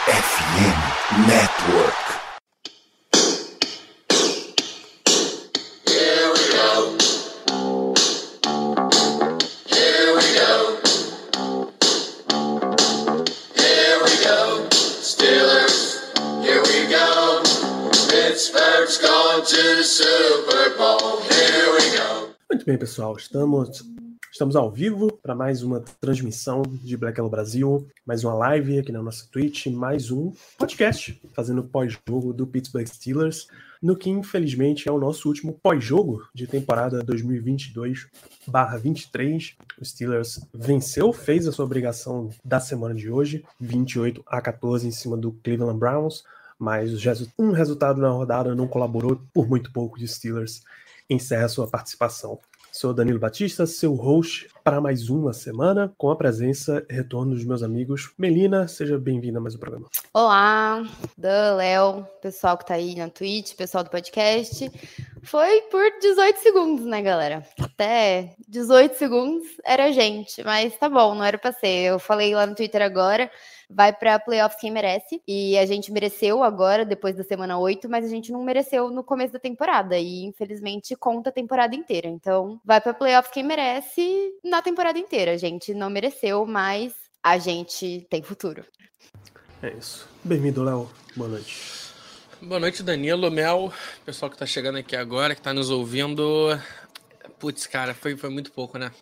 FM Network. Here we go. Here we go. Here we go. Steelers, here we go. Pittsburgh's going to the Super Bowl. Here we go. Muito bem, pessoal. Estamos ao vivo para mais uma transmissão de Black Yellow Brasil, mais uma live aqui na nossa Twitch, mais um podcast fazendo pós-jogo do Pittsburgh Steelers, no que infelizmente é o nosso último pós-jogo de temporada 2022/23. O Steelers venceu, fez a sua obrigação da semana de hoje, 28-14 em cima do Cleveland Browns, mas um resultado na rodada não colaborou por muito pouco. De Steelers encerra a sua participação. Sou Danilo Batista, seu host para mais uma semana, com a presença e retorno dos meus amigos. Melina, seja bem-vinda a mais um programa. Olá, Dan, Léo, pessoal que tá aí na Twitch, pessoal do podcast. Foi por 18 segundos, né, galera? Até 18 segundos era gente, mas tá bom, não era pra ser. Eu falei lá no Twitter agora, vai pra playoffs quem merece, e a gente mereceu agora, depois da semana 8, mas a gente não mereceu no começo da temporada, e infelizmente conta a temporada inteira. Então, vai pra playoffs quem merece na temporada inteira. A gente não mereceu, mas a gente tem futuro. É isso. Bem-vindo, Léo. Boa noite. Boa noite, Danilo, Mel, pessoal que tá chegando aqui agora, que tá nos ouvindo. Putz, cara, foi muito pouco, né?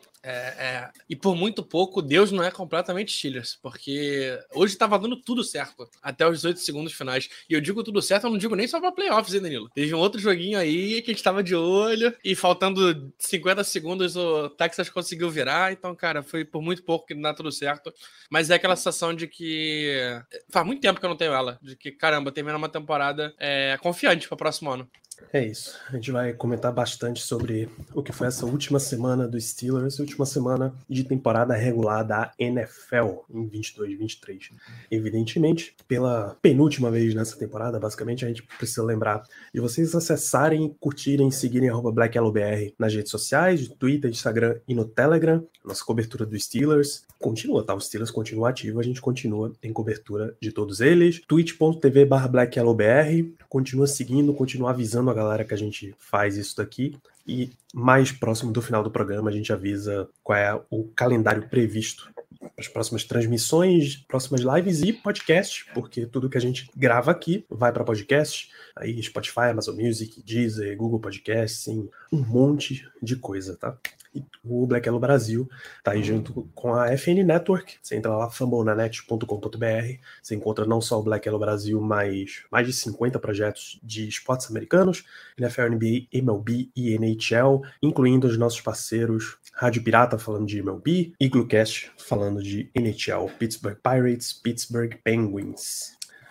E por muito pouco, Deus não é completamente Steelers, porque hoje tava dando tudo certo, até os 18 segundos finais. E eu digo tudo certo, eu não digo nem só pra playoffs, hein, Danilo? Teve um outro joguinho aí que a gente tava de olho, e faltando 50 segundos o Texas conseguiu virar. Então, cara, foi por muito pouco que não dá tudo certo. Mas é aquela sensação de que faz muito tempo que eu não tenho ela, de que, caramba, terminar uma temporada confiante pro próximo ano. É isso. A gente vai comentar bastante sobre o que foi essa última semana dos Steelers, última semana de temporada regular da NFL em 22-23. Evidentemente, pela penúltima vez nessa temporada, basicamente, a gente precisa lembrar de vocês acessarem, curtirem, seguirem @BlackYellowBR nas redes sociais, no Twitter, Instagram e no Telegram. Nossa cobertura dos Steelers continua, tá? O Steelers continua ativo, a gente continua em cobertura de todos eles. twitch.tv/BlackYellowBR. Continua seguindo, continua avisando a galera que a gente faz isso daqui. E mais próximo do final do programa a gente avisa qual é o calendário previsto para as próximas transmissões, próximas lives e podcast, porque tudo que a gente grava aqui vai para podcast, aí Spotify, Amazon Music, Deezer, Google Podcasts, sim, um monte de coisa, tá? E o Black Yellow Brasil tá aí junto com a FN Network. Você entra lá, fambonanet.com.br, você encontra não só o Black Yellow Brasil, mas mais de 50 projetos de esportes americanos, NFL, NBA, MLB e NHL, incluindo os nossos parceiros Rádio Pirata falando de MLB, Iglocast falando de NHL, Pittsburgh Pirates, Pittsburgh Penguins.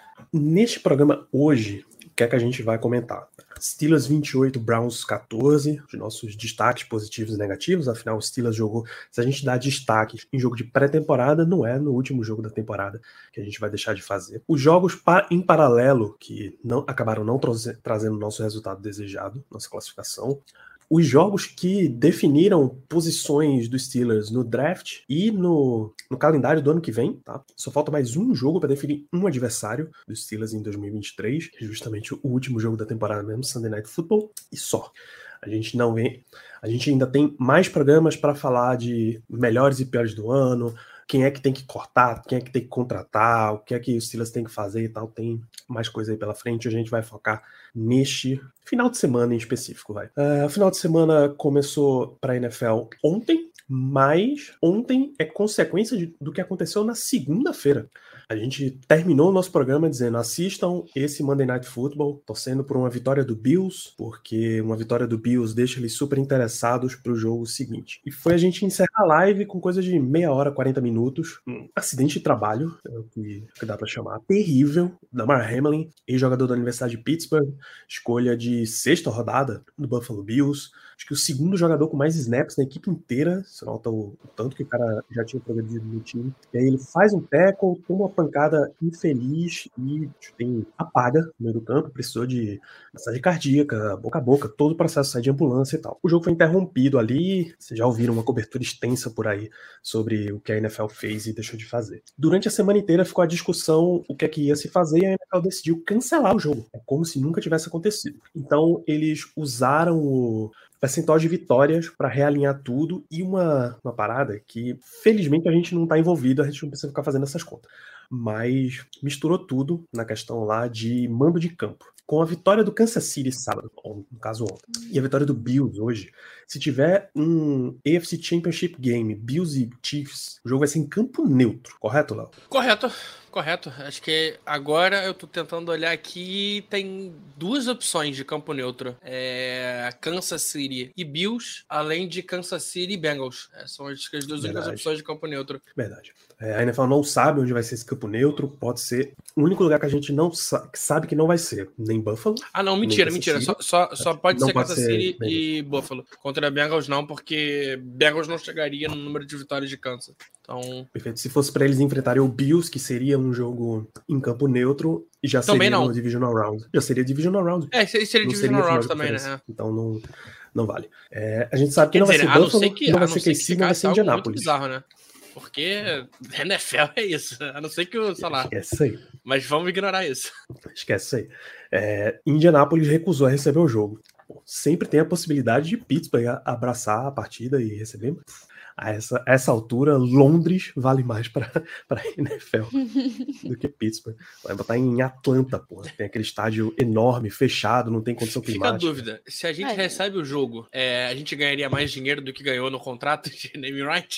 Neste programa hoje, o que é que a gente vai comentar? Steelers 28, Browns 14, os nossos destaques positivos e negativos. Afinal, o Steelers jogou, se a gente dá destaque em jogo de pré-temporada, não é no último jogo da temporada que a gente vai deixar de fazer. Os jogos em paralelo, que acabaram não trazendo o nosso resultado desejado, nossa classificação. Os jogos que definiram posições dos Steelers no draft e no calendário do ano que vem, tá? Só falta mais um jogo para definir um adversário dos Steelers em 2023, justamente o último jogo da temporada mesmo, Sunday Night Football, e só. A gente ainda tem mais programas para falar de melhores e piores do ano, quem é que tem que cortar, quem é que tem que contratar, o que é que os Steelers tem que fazer e tal. Tem mais coisa aí pela frente. A gente vai focar neste final de semana em específico. O final de semana começou para a NFL ontem, mas ontem é consequência do que aconteceu na segunda-feira. A gente terminou o nosso programa dizendo: assistam esse Monday Night Football, torcendo por uma vitória do Bills, porque uma vitória do Bills deixa eles super interessados para o jogo seguinte. E foi a gente encerrar a live com coisa de meia hora, 40 minutos. Um acidente de trabalho, é o que dá para chamar, terrível. Damar Hamlin, ex-jogador da Universidade de Pittsburgh, escolha de 6ª rodada do Buffalo Bills. acho que o segundo jogador com mais snaps na equipe inteira. Você nota o tanto que o cara já tinha progredido no time. E aí ele faz um tackle, toma uma pancada infeliz e apaga no meio do campo. Precisou de massagem cardíaca, boca a boca, todo o processo sai de ambulância e tal. O jogo foi interrompido ali. Vocês já ouviram uma cobertura extensa por aí sobre o que a NFL fez e deixou de fazer. Durante a semana inteira ficou a discussão o que é que ia se fazer e a NFL decidiu cancelar o jogo. É como se nunca tivesse acontecido. Então eles usaram o percentual de vitórias para realinhar tudo e uma parada que felizmente a gente não está envolvido, a gente não precisa ficar fazendo essas contas. Mas misturou tudo na questão lá de mando de campo. Com a vitória do Kansas City sábado, no caso ontem, e a vitória do Bills hoje, se tiver um AFC Championship Game, Bills e Chiefs, o jogo vai ser em campo neutro, correto, Léo? Correto. Acho que agora eu tô tentando olhar aqui, tem duas opções de campo neutro. Kansas City e Bills, além de Kansas City e Bengals. São as duas únicas opções de campo neutro. Verdade. A NFL não sabe onde vai ser esse campo neutro, pode ser o único lugar que a gente não sabe que não vai ser, nem Buffalo. Ah, não, mentira. Só pode ser Kansas City e Buffalo. Contra Bengals não, porque Bengals não chegaria no número de vitórias de Kansas. Então... Perfeito. Se fosse para eles enfrentarem o Bills, que seria um jogo em campo neutro, já também seria não. No Divisional Round. Já seria Divisional Round. Seria Divisional Round também, né? Então não vale. A gente sabe que não vai ser Buffalo, não vai ser KC, não vai ser Indianapolis. Muito bizarro, né? Porque NFL é isso. A não ser que o, sei lá. Esquece isso aí. Mas vamos ignorar isso. Esquece isso aí. Indianapolis recusou a receber o jogo. Bom, sempre tem a possibilidade de Pittsburgh abraçar a partida e receber. A essa altura, Londres vale mais para a NFL do que Pittsburgh. Vai botar em Atlanta, pô. Tem aquele estádio enorme, fechado, não tem condição climática. Fica a dúvida. Se a gente recebe o jogo, a gente ganharia mais dinheiro do que ganhou no contrato de name right?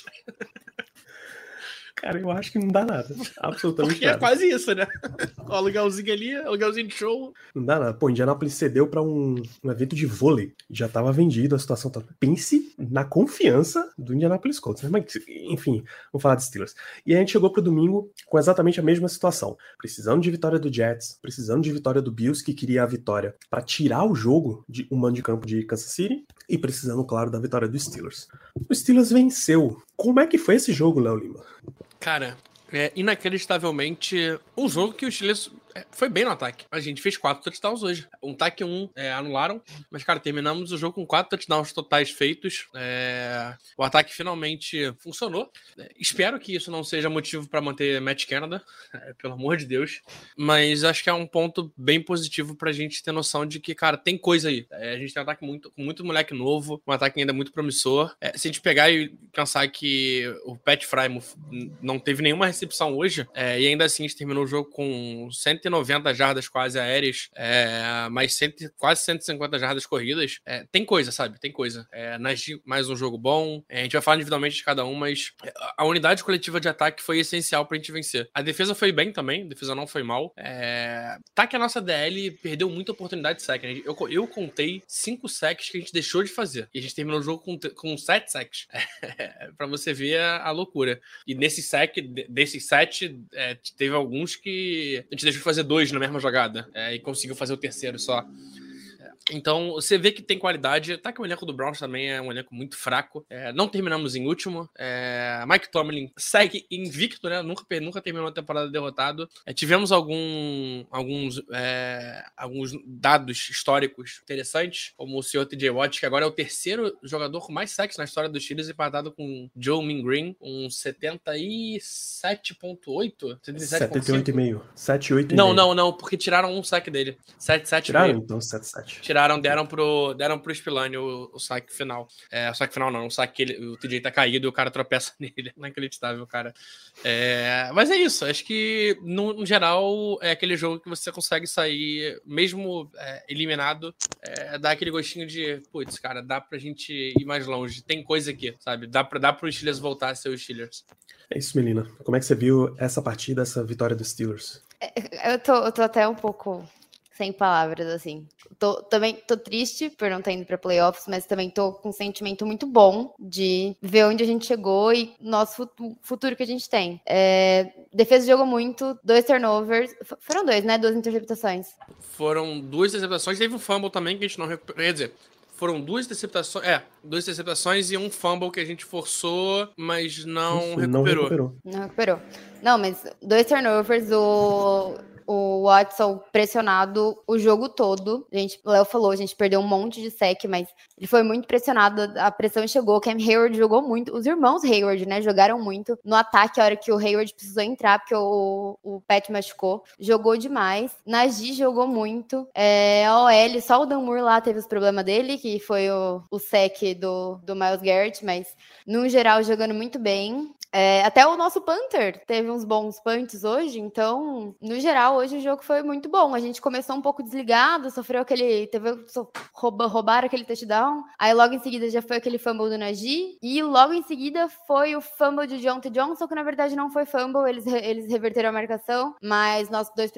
Cara, eu acho que não dá nada. Absolutamente Porque nada. É quase isso, né? O aluguelzinho ali, aluguelzinho de show. Não dá nada. Pô, Indianapolis cedeu pra um evento de vôlei. Já tava vendido, a situação tá... Pense na confiança do Indianapolis Colts. Mas, enfim, vamos falar de Steelers. E a gente chegou pro domingo com exatamente a mesma situação. Precisando de vitória do Jets, precisando de vitória do Bills, que queria a vitória pra tirar o jogo de um mando de campo de Kansas City, e precisando, claro, da vitória do Steelers. O Steelers venceu. Como é que foi esse jogo, Léo Lima? Cara, inacreditavelmente um jogo que os Steelers foi bem no ataque. A gente fez 4 touchdowns hoje. Um ataque 1 anularam, mas, cara, terminamos o jogo com 4 touchdowns totais feitos. O ataque finalmente funcionou. Espero que isso não seja motivo para manter Matt Canada, pelo amor de Deus. Mas acho que é um ponto bem positivo pra gente ter noção de que, cara, tem coisa aí. A gente tem um ataque com muito moleque novo, um ataque ainda muito promissor. Se a gente pegar e pensar que o Pat Frymouth não teve nenhuma recepção hoje, e ainda assim a gente terminou o jogo com 190 jardas quase aéreas, mais quase 150 jardas corridas. Tem coisa, sabe? Tem coisa. Mais um jogo bom. A gente vai falar individualmente de cada um, mas a unidade coletiva de ataque foi essencial pra gente vencer. A defesa foi bem também, a defesa não foi mal. Tá que a nossa DL perdeu muita oportunidade de sack. Eu contei 5 sacks que a gente deixou de fazer. E a gente terminou o jogo com 7 sacks. Pra você ver a loucura. E desses 7, teve alguns que a gente deixou de fazer 2 na mesma jogada, e conseguiu fazer o terceiro só. Então, você vê que tem qualidade. Tá que o elenco do Browns também é um elenco muito fraco. Não terminamos em último. Mike Tomlin segue invicto, né? Nunca terminou a temporada derrotado. Tivemos alguns dados históricos interessantes, como o senhor TJ Watt, que agora é o terceiro jogador com mais sacks na história dos Steelers, empatado com Joe Min Green, com 77.8? 78,5. 78,5. Não, porque tiraram um sack dele. 77,5. Tiraram, então, 77. Deram pro Spillane o saque final. O saque final não, o saque que o TJ tá caído e o cara tropeça nele. Inacreditável, cara. Mas é isso, acho que no geral é aquele jogo que você consegue sair, mesmo eliminado, dá aquele gostinho de, putz, cara, dá pra gente ir mais longe, tem coisa aqui, sabe? Dá pro Steelers voltar a ser os Steelers. É isso, Melina. Como é que você viu essa partida, essa vitória dos Steelers? Eu tô até um pouco sem palavras, assim. Também tô triste por não ter ido pra playoffs, mas também tô com um sentimento muito bom de ver onde a gente chegou e nosso futuro que a gente tem. Defesa jogou muito, 2 turnovers. Foram 2, né? 2 interceptações. Foram 2 interceptações, teve um fumble também que a gente não recuperou. Quer dizer, foram duas interceptações e um fumble que a gente forçou, mas não recuperou. Não recuperou. Não, mas 2 turnovers, o Watson pressionado o jogo todo. O Léo falou, a gente perdeu um monte de sec, mas ele foi muito pressionado, a pressão chegou, o Cam Hayward jogou muito, os irmãos Hayward, né, jogaram muito no ataque, a hora que o Hayward precisou entrar, porque o Pat machucou, jogou demais, Najee jogou muito, a OL, só o Dan Moore lá teve os problemas dele, que foi o sec do Myles Garrett, mas no geral jogando muito bem. Até o nosso punter teve uns bons punts hoje, então, no geral, hoje o jogo foi muito bom. A gente começou um pouco desligado, roubaram aquele touchdown, aí logo em seguida já foi aquele fumble do Najee, e logo em seguida foi o fumble de Jonathan Johnson, que na verdade não foi fumble, eles reverteram a marcação, mas nossos dois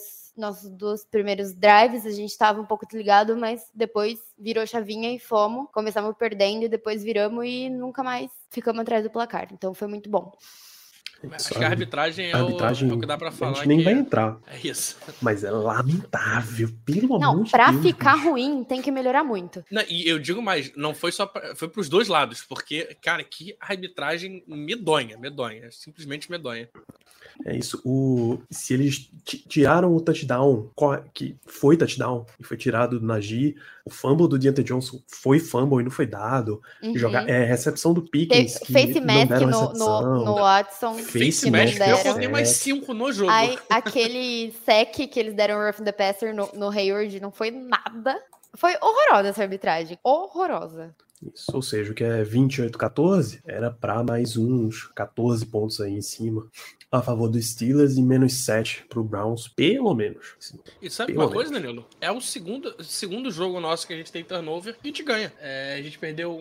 primeiros drives, a gente estava um pouco desligado, mas depois virou chavinha e fomos. Começamos perdendo e depois viramos e nunca mais ficamos atrás do placar. Então foi muito bom. Acho que a arbitragem é o que dá pra falar. A gente nem vai entrar. É isso. Mas é lamentável, pelo amor de Deus. Não, pra ficar ruim, tem que melhorar muito. Não, e eu digo mais, não foi só foi pros dois lados, porque, cara, que arbitragem medonha, simplesmente medonha. É isso. Se eles tiraram o touchdown, que foi touchdown, e foi tirado do Najee, o fumble do Deontay Johnson foi fumble e não foi dado. Recepção do Pickens, que face não mask deram recepção. no Watson. Face mask, eu coloquei mais 5 no jogo. Aí, aquele sec que eles deram rough the passer no Hayward não foi nada. Foi horrorosa essa arbitragem. Horrorosa. Isso, ou seja, o que é 28-14 era para mais uns 14 pontos aí em cima a favor dos Steelers e menos 7 pro Browns, pelo menos. E sabe uma coisa, Danilo? É o segundo jogo nosso que a gente tem turnover e a gente ganha. A gente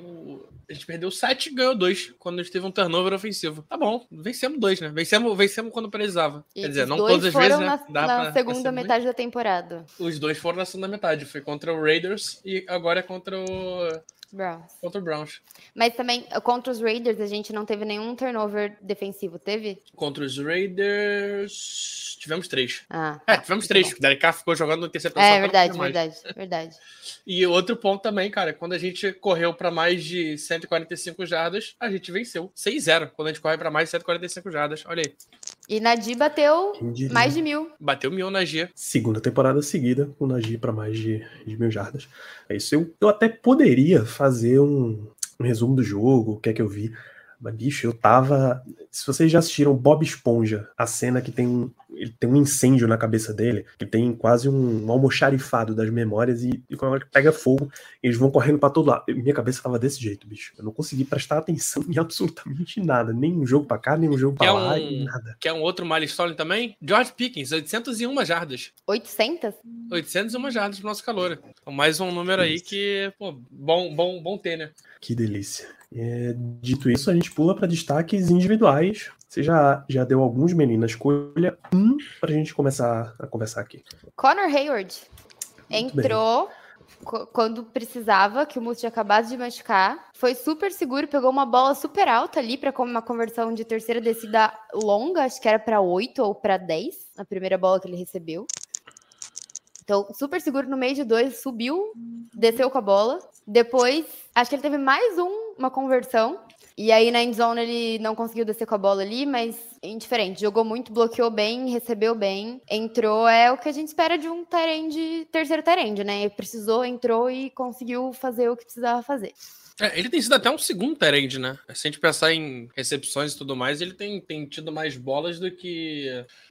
perdeu 7 e ganhou 2 quando a gente teve um turnover ofensivo. Tá bom, vencemos 2, né? Vencemos quando precisava. E quer dizer, não todas as vezes, né? Na segunda metade da temporada. Os 2 foram na segunda metade. Foi contra o Raiders e agora é contra o Browns. Mas também, contra os Raiders, a gente não teve nenhum turnover defensivo, teve? Contra os Raiders, tivemos 3. Tivemos 3, porque o Derek Carr ficou jogando no interceptação. Verdade. E outro ponto também, cara, quando a gente correu para mais de 145 jardas, a gente venceu. 6-0, quando a gente corre para mais de 145 jardas. Olha aí. E Najee bateu mais de 1.000. Bateu 1.000 Najee. Segunda temporada seguida, com o Najee para mais de 1.000 jardas. É isso. Eu até poderia fazer um resumo do jogo, o que é que eu vi. Mas, bicho, eu tava... Se vocês já assistiram Bob Esponja, a cena que ele tem um incêndio na cabeça dele, que tem quase um almoxarifado das memórias e quando pega fogo, eles vão correndo pra todo lado. Minha cabeça tava desse jeito, bicho. Eu não consegui prestar atenção em absolutamente nada. Nem um jogo pra cá, nem um jogo pra lá, nada. Quer um outro milestone também? George Pickens, 801 jardas. 800? 801 jardas pro nosso calor. Então, mais um número aí que, pô, bom ter, né? Que delícia. Dito isso, a gente pula para destaques individuais. Você já deu alguns, menina. Escolha um pra gente começar a conversar aqui. Connor Hayward entrou quando precisava, que o Musso tinha acabado de machucar. Foi super seguro, pegou uma bola super alta ali para uma conversão de terceira descida longa, acho que era para 8 ou para 10, a primeira bola que ele recebeu. Então, super seguro no meio de 2, subiu, desceu com a bola. Depois, acho que ele teve mais uma conversão. E aí, na endzone, ele não conseguiu descer com a bola ali, mas indiferente. Jogou muito, bloqueou bem, recebeu bem. Entrou, é o que a gente espera de um terceiro tight end, né? Precisou, entrou e conseguiu fazer o que precisava fazer. Ele tem sido até um segundo tight end, né? Se a gente pensar em recepções e tudo mais, ele tem tido mais bolas do que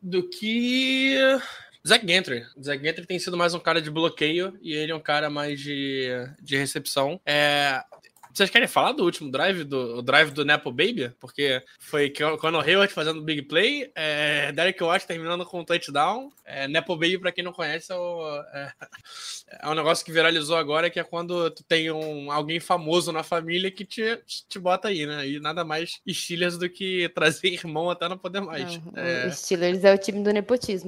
Zach Gentry. Zach Gentry tem sido mais um cara de bloqueio e ele é um cara mais de recepção. Vocês querem falar do último drive, do drive do Nepo Baby? Porque foi quando o Hayward fazendo big play, Derek Watt terminando com um touchdown. Nepo Baby, pra quem não conhece, é um negócio que viralizou agora, que é quando tu tem alguém famoso na família que te bota aí, né? E nada mais Steelers do que trazer irmão até não poder mais. O Steelers é o time do nepotismo.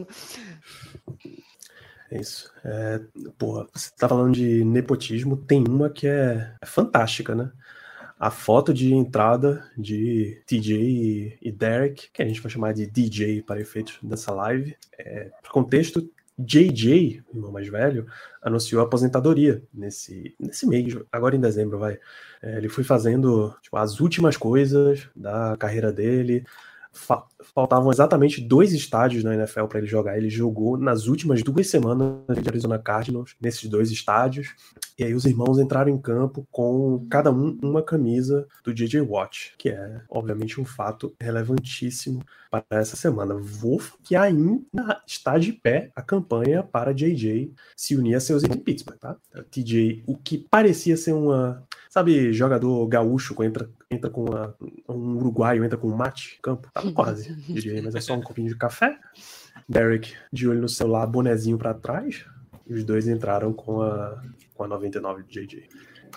É isso. Você tá falando de nepotismo, tem uma que é fantástica, né? A foto de entrada de TJ e Derek, que a gente vai chamar de DJ para efeitos dessa live. Para contexto, JJ, o irmão mais velho, anunciou a aposentadoria nesse mês, agora em dezembro, vai. Ele foi fazendo as últimas coisas da carreira dele. Faltavam exatamente 2 estádios na NFL para ele jogar. Ele jogou nas últimas 2 semanas de Arizona Cardinals, nesses 2 estádios. E aí os irmãos entraram em campo com cada uma camisa do J.J. Watt, que é, obviamente, um fato relevantíssimo para essa semana. Que ainda está de pé a campanha para J.J. se unir a seus irmãos em Pittsburgh, tá? TJ, o que parecia ser sabe, jogador gaúcho que entra com um uruguaio, entra com um mate, campo, tá quase, diria, mas é só um copinho de café. Derek de olho no celular, bonezinho pra trás, e os dois entraram com a 99 de JJ.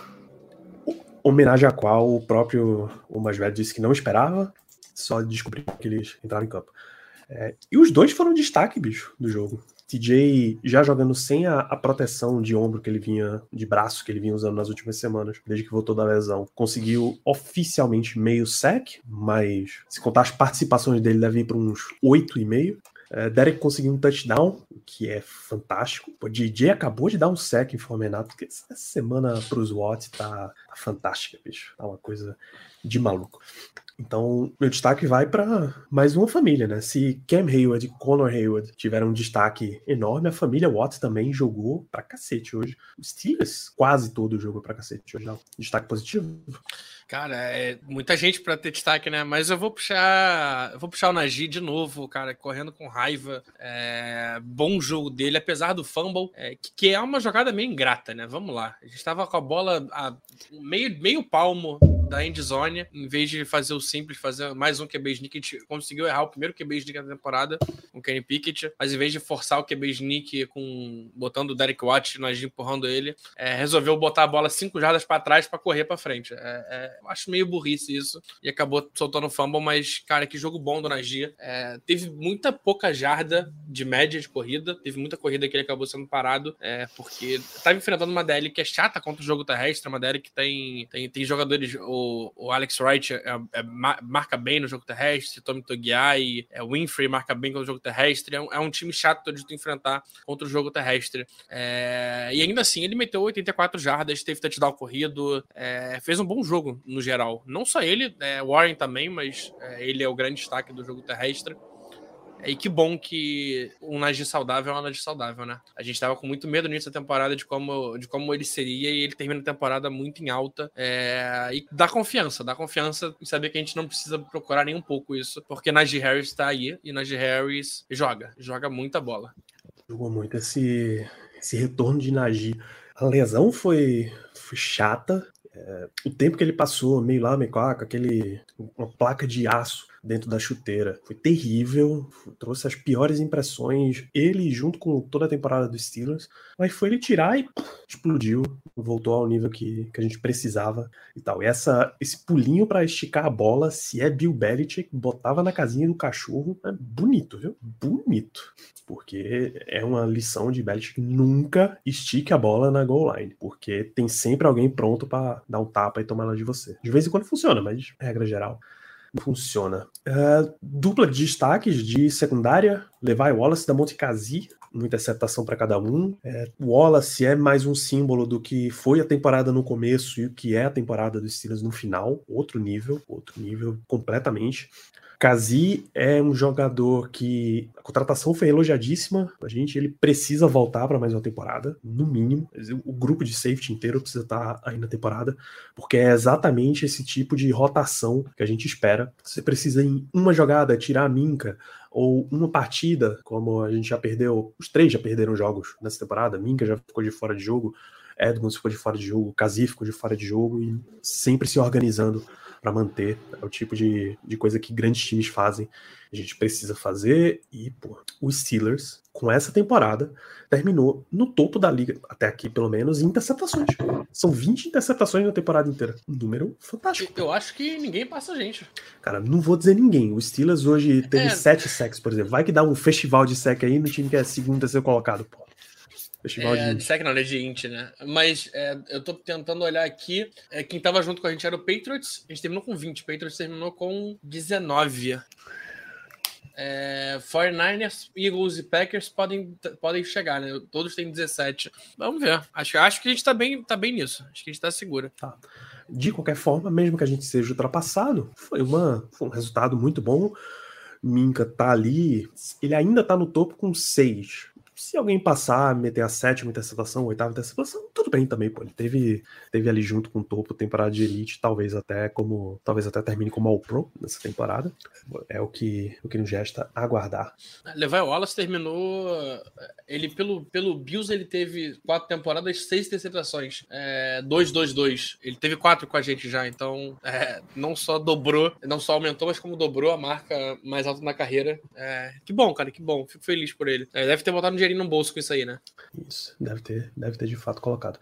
Homenagem a qual o mais velho disse que não esperava, só descobriu que eles entraram em campo. E os dois foram destaque, bicho, do jogo. TJ já jogando sem a proteção de ombro de braço que ele vinha usando nas últimas semanas, desde que voltou da lesão. Conseguiu oficialmente meio sack, mas se contar as participações dele, deve ir para uns 8,5. Derek conseguiu um touchdown, o que é fantástico. O DJ acabou de dar um sack em Formenato, porque essa semana pros Watts tá fantástica, bicho. Tá uma coisa de maluco. Então, meu destaque vai para mais uma família, né? Se Cam Hayward e Connor Hayward tiveram um destaque enorme, a família Watts também jogou pra cacete hoje. Os Steelers quase todo jogou pra cacete hoje. Destaque positivo? Cara, muita gente pra ter destaque, né? Mas eu vou puxar o Najee de novo, cara, correndo com raiva. Bom jogo dele, apesar do fumble, que é uma jogada meio ingrata, né? Vamos lá. A gente tava com a bola a meio palmo da endzone, em vez de fazer o simples, fazer mais um QB sneak. A gente conseguiu errar o primeiro QB sneak da temporada com o Kenny Pickett, mas em vez de forçar o QB sneak botando o Derek Watt, o Najee empurrando ele, resolveu botar a bola 5 jardas pra trás pra correr pra frente. Eu acho meio burrice isso, e acabou soltando o fumble, mas, cara, que jogo bom do Najee. Teve muita pouca jarda de média de corrida, teve muita corrida que ele acabou sendo parado, porque tava enfrentando uma DL que é chata contra o jogo terrestre, uma DL que tem jogadores, o Alex Wright marca bem no jogo terrestre, Tommy Togiai, Winfrey marca bem contra o jogo terrestre, é um time chato de tu enfrentar contra o jogo terrestre. E ainda assim, ele meteu 84 jardas, teve touchdown corrido, fez um bom jogo no geral. Não só ele, Warren também, mas ele é o grande destaque do jogo terrestre. E que bom que um Najee saudável é um Najee saudável, né? A gente tava com muito medo nisso da temporada de como ele seria, e ele termina a temporada muito em alta. E dá confiança em saber que a gente não precisa procurar nem um pouco isso, porque Najee Harris tá aí, e Najee Harris joga muita bola. Jogou muito esse retorno de Najee. A lesão foi chata. O tempo que ele passou meio lá, meio cá, com uma placa de aço dentro da chuteira, foi terrível, trouxe as piores impressões, ele junto com toda a temporada dos Steelers, mas foi ele tirar e explodiu, voltou ao nível que a gente precisava e tal. E esse pulinho para esticar a bola, se é Bill Belichick, botava na casinha do cachorro, é bonito, viu? Bonito. Porque é uma lição de Belichick: nunca estique a bola na goal line, porque tem sempre alguém pronto para dar um tapa e tomar ela de você. De vez em quando funciona, mas regra geral não funciona. Dupla de destaques de secundária: Levi Wallace da Montecasi, muita interceptação para cada um. Wallace é mais um símbolo do que foi a temporada no começo e o que é a temporada dos Steelers no final. Outro nível completamente. Kazi é um jogador que a contratação foi elogiadíssima. Ele precisa voltar para mais uma temporada, no mínimo. O grupo de safety inteiro precisa estar aí na temporada, porque é exatamente esse tipo de rotação que a gente espera. Você precisa, em uma jogada, tirar a Minka, ou uma partida, como a gente já perdeu, os 3 já perderam jogos nessa temporada. Minka já ficou de fora de jogo, Edmonds ficou de fora de jogo, Kazi ficou de fora de jogo, e sempre se organizando para manter. É o tipo de coisa que grandes times fazem. A gente precisa fazer. E, os Steelers, com essa temporada, terminou no topo da liga, até aqui pelo menos, em interceptações. São 20 interceptações na temporada inteira. Um número fantástico. Eu acho que ninguém passa a gente. Cara, não vou dizer ninguém. O Steelers hoje teve 7 sacks, por exemplo. Vai que dá um festival de sack aí no time que é segundo, terceiro colocado, pô. Festival de sack não, é de int, né? Mas eu tô tentando olhar aqui. Quem tava junto com a gente era o Patriots. A gente terminou com 20. O Patriots terminou com 19. 49ers, Eagles e Packers podem chegar, né? Todos têm 17. Vamos ver. Acho que a gente tá bem nisso. Acho que a gente tá seguro. Tá. De qualquer forma, mesmo que a gente seja ultrapassado, foi um resultado muito bom. Minka tá ali, ele ainda tá no topo com 6. Se alguém passar, meter a 7ª interceptação, 8ª interceptação, tudo bem também, pô. Ele teve ali junto com o topo temporada de elite, talvez até termine como All-Pro nessa temporada. É o que nos resta aguardar. Levi Wallace terminou. Ele, pelo Bills, ele teve 4 temporadas, 6 interceptações. 2-2-2. Ele teve 4 com a gente já, então não só aumentou, mas como dobrou a marca mais alta na carreira. Que bom, cara, que bom. Fico feliz por ele. Deve ter botado um dinheirinho no bolso com isso aí, né? Isso, deve ter de fato colocado.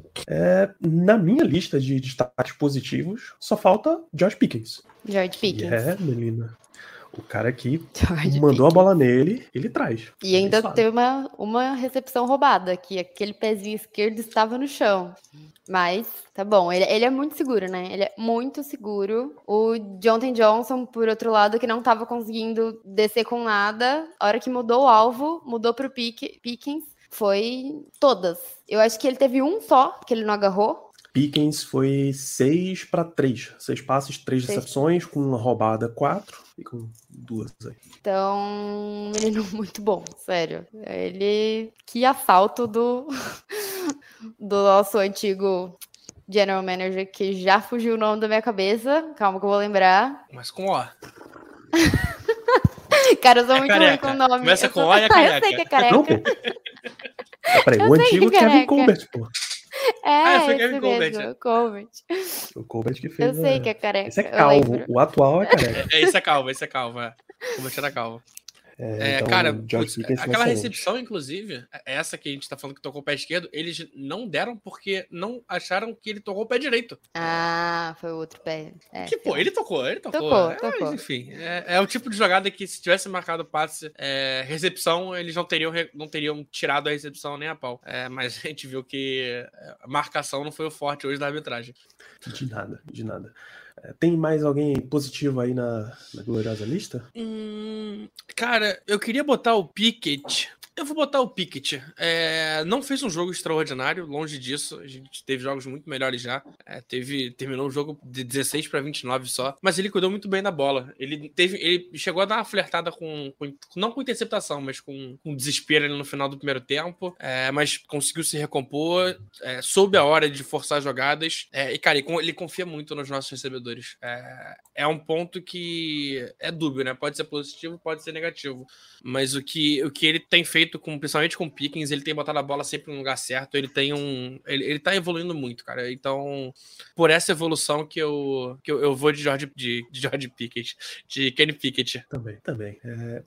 Na minha lista de destaques positivos, só falta George Pickens. George Pickens. Menina. O cara que George mandou Pickens. a bola nele, ele traz. E ainda teve uma recepção roubada, que aquele pezinho esquerdo estava no chão. Mas tá bom, ele é muito seguro, né? Ele é muito seguro. O Jonathan Johnson, por outro lado, que não estava conseguindo descer com nada, a hora que mudou o alvo, mudou pro Pickens, foi todas. Eu acho que ele teve um só, que ele não agarrou. Pickens foi 6-3. 6 passes, 3 recepções, com uma roubada 4 e com 2 aí. Então, menino muito bom, sério. Que assalto do nosso antigo general manager, que já fugiu o nome da minha cabeça. Calma que eu vou lembrar. Mas com O. Cara, eu sou muito ruim com o nome. Começa com O e é careca. Eu sei que é careca. Não, pô. Peraí, o antigo Kevin Colbert, pô. Foi Kevin Colbert. Colbert. O Colbert que fez. Eu sei que é careca. Esse é calvo. O atual é careca. Esse é calvo. Colbert era calvo. Então, cara, excelente. aquela recepção, inclusive, essa que a gente tá falando que tocou o pé esquerdo, eles não deram porque não acharam que ele tocou o pé direito. Ah, foi o outro pé. Ele tocou. Tocou. Enfim, é o tipo de jogada que se tivesse marcado passe, recepção, eles não teriam tirado a recepção nem a pau. Mas a gente viu que a marcação não foi o forte hoje da arbitragem. De nada. Tem mais alguém positivo aí na gloriosa lista? Cara, eu queria botar o Pickett. Eu vou botar o Pickett. Não fez um jogo extraordinário, longe disso. A gente teve jogos muito melhores já. Terminou o jogo de 16-29 só. Mas ele cuidou muito bem da bola. Ele chegou a dar uma flertada não com interceptação, mas com desespero ali no final do primeiro tempo. Mas conseguiu se recompor. Soube a hora de forçar jogadas. E, cara, ele confia muito nos nossos recebedores. É um ponto que é dúbio, né? Pode ser positivo, pode ser negativo. Mas o que ele tem feito, principalmente com o Pickens, ele tem botado a bola sempre no lugar certo. Ele tá evoluindo muito, cara. Então, por essa evolução que eu vou de George Pickett, de Kenny Pickett. Também.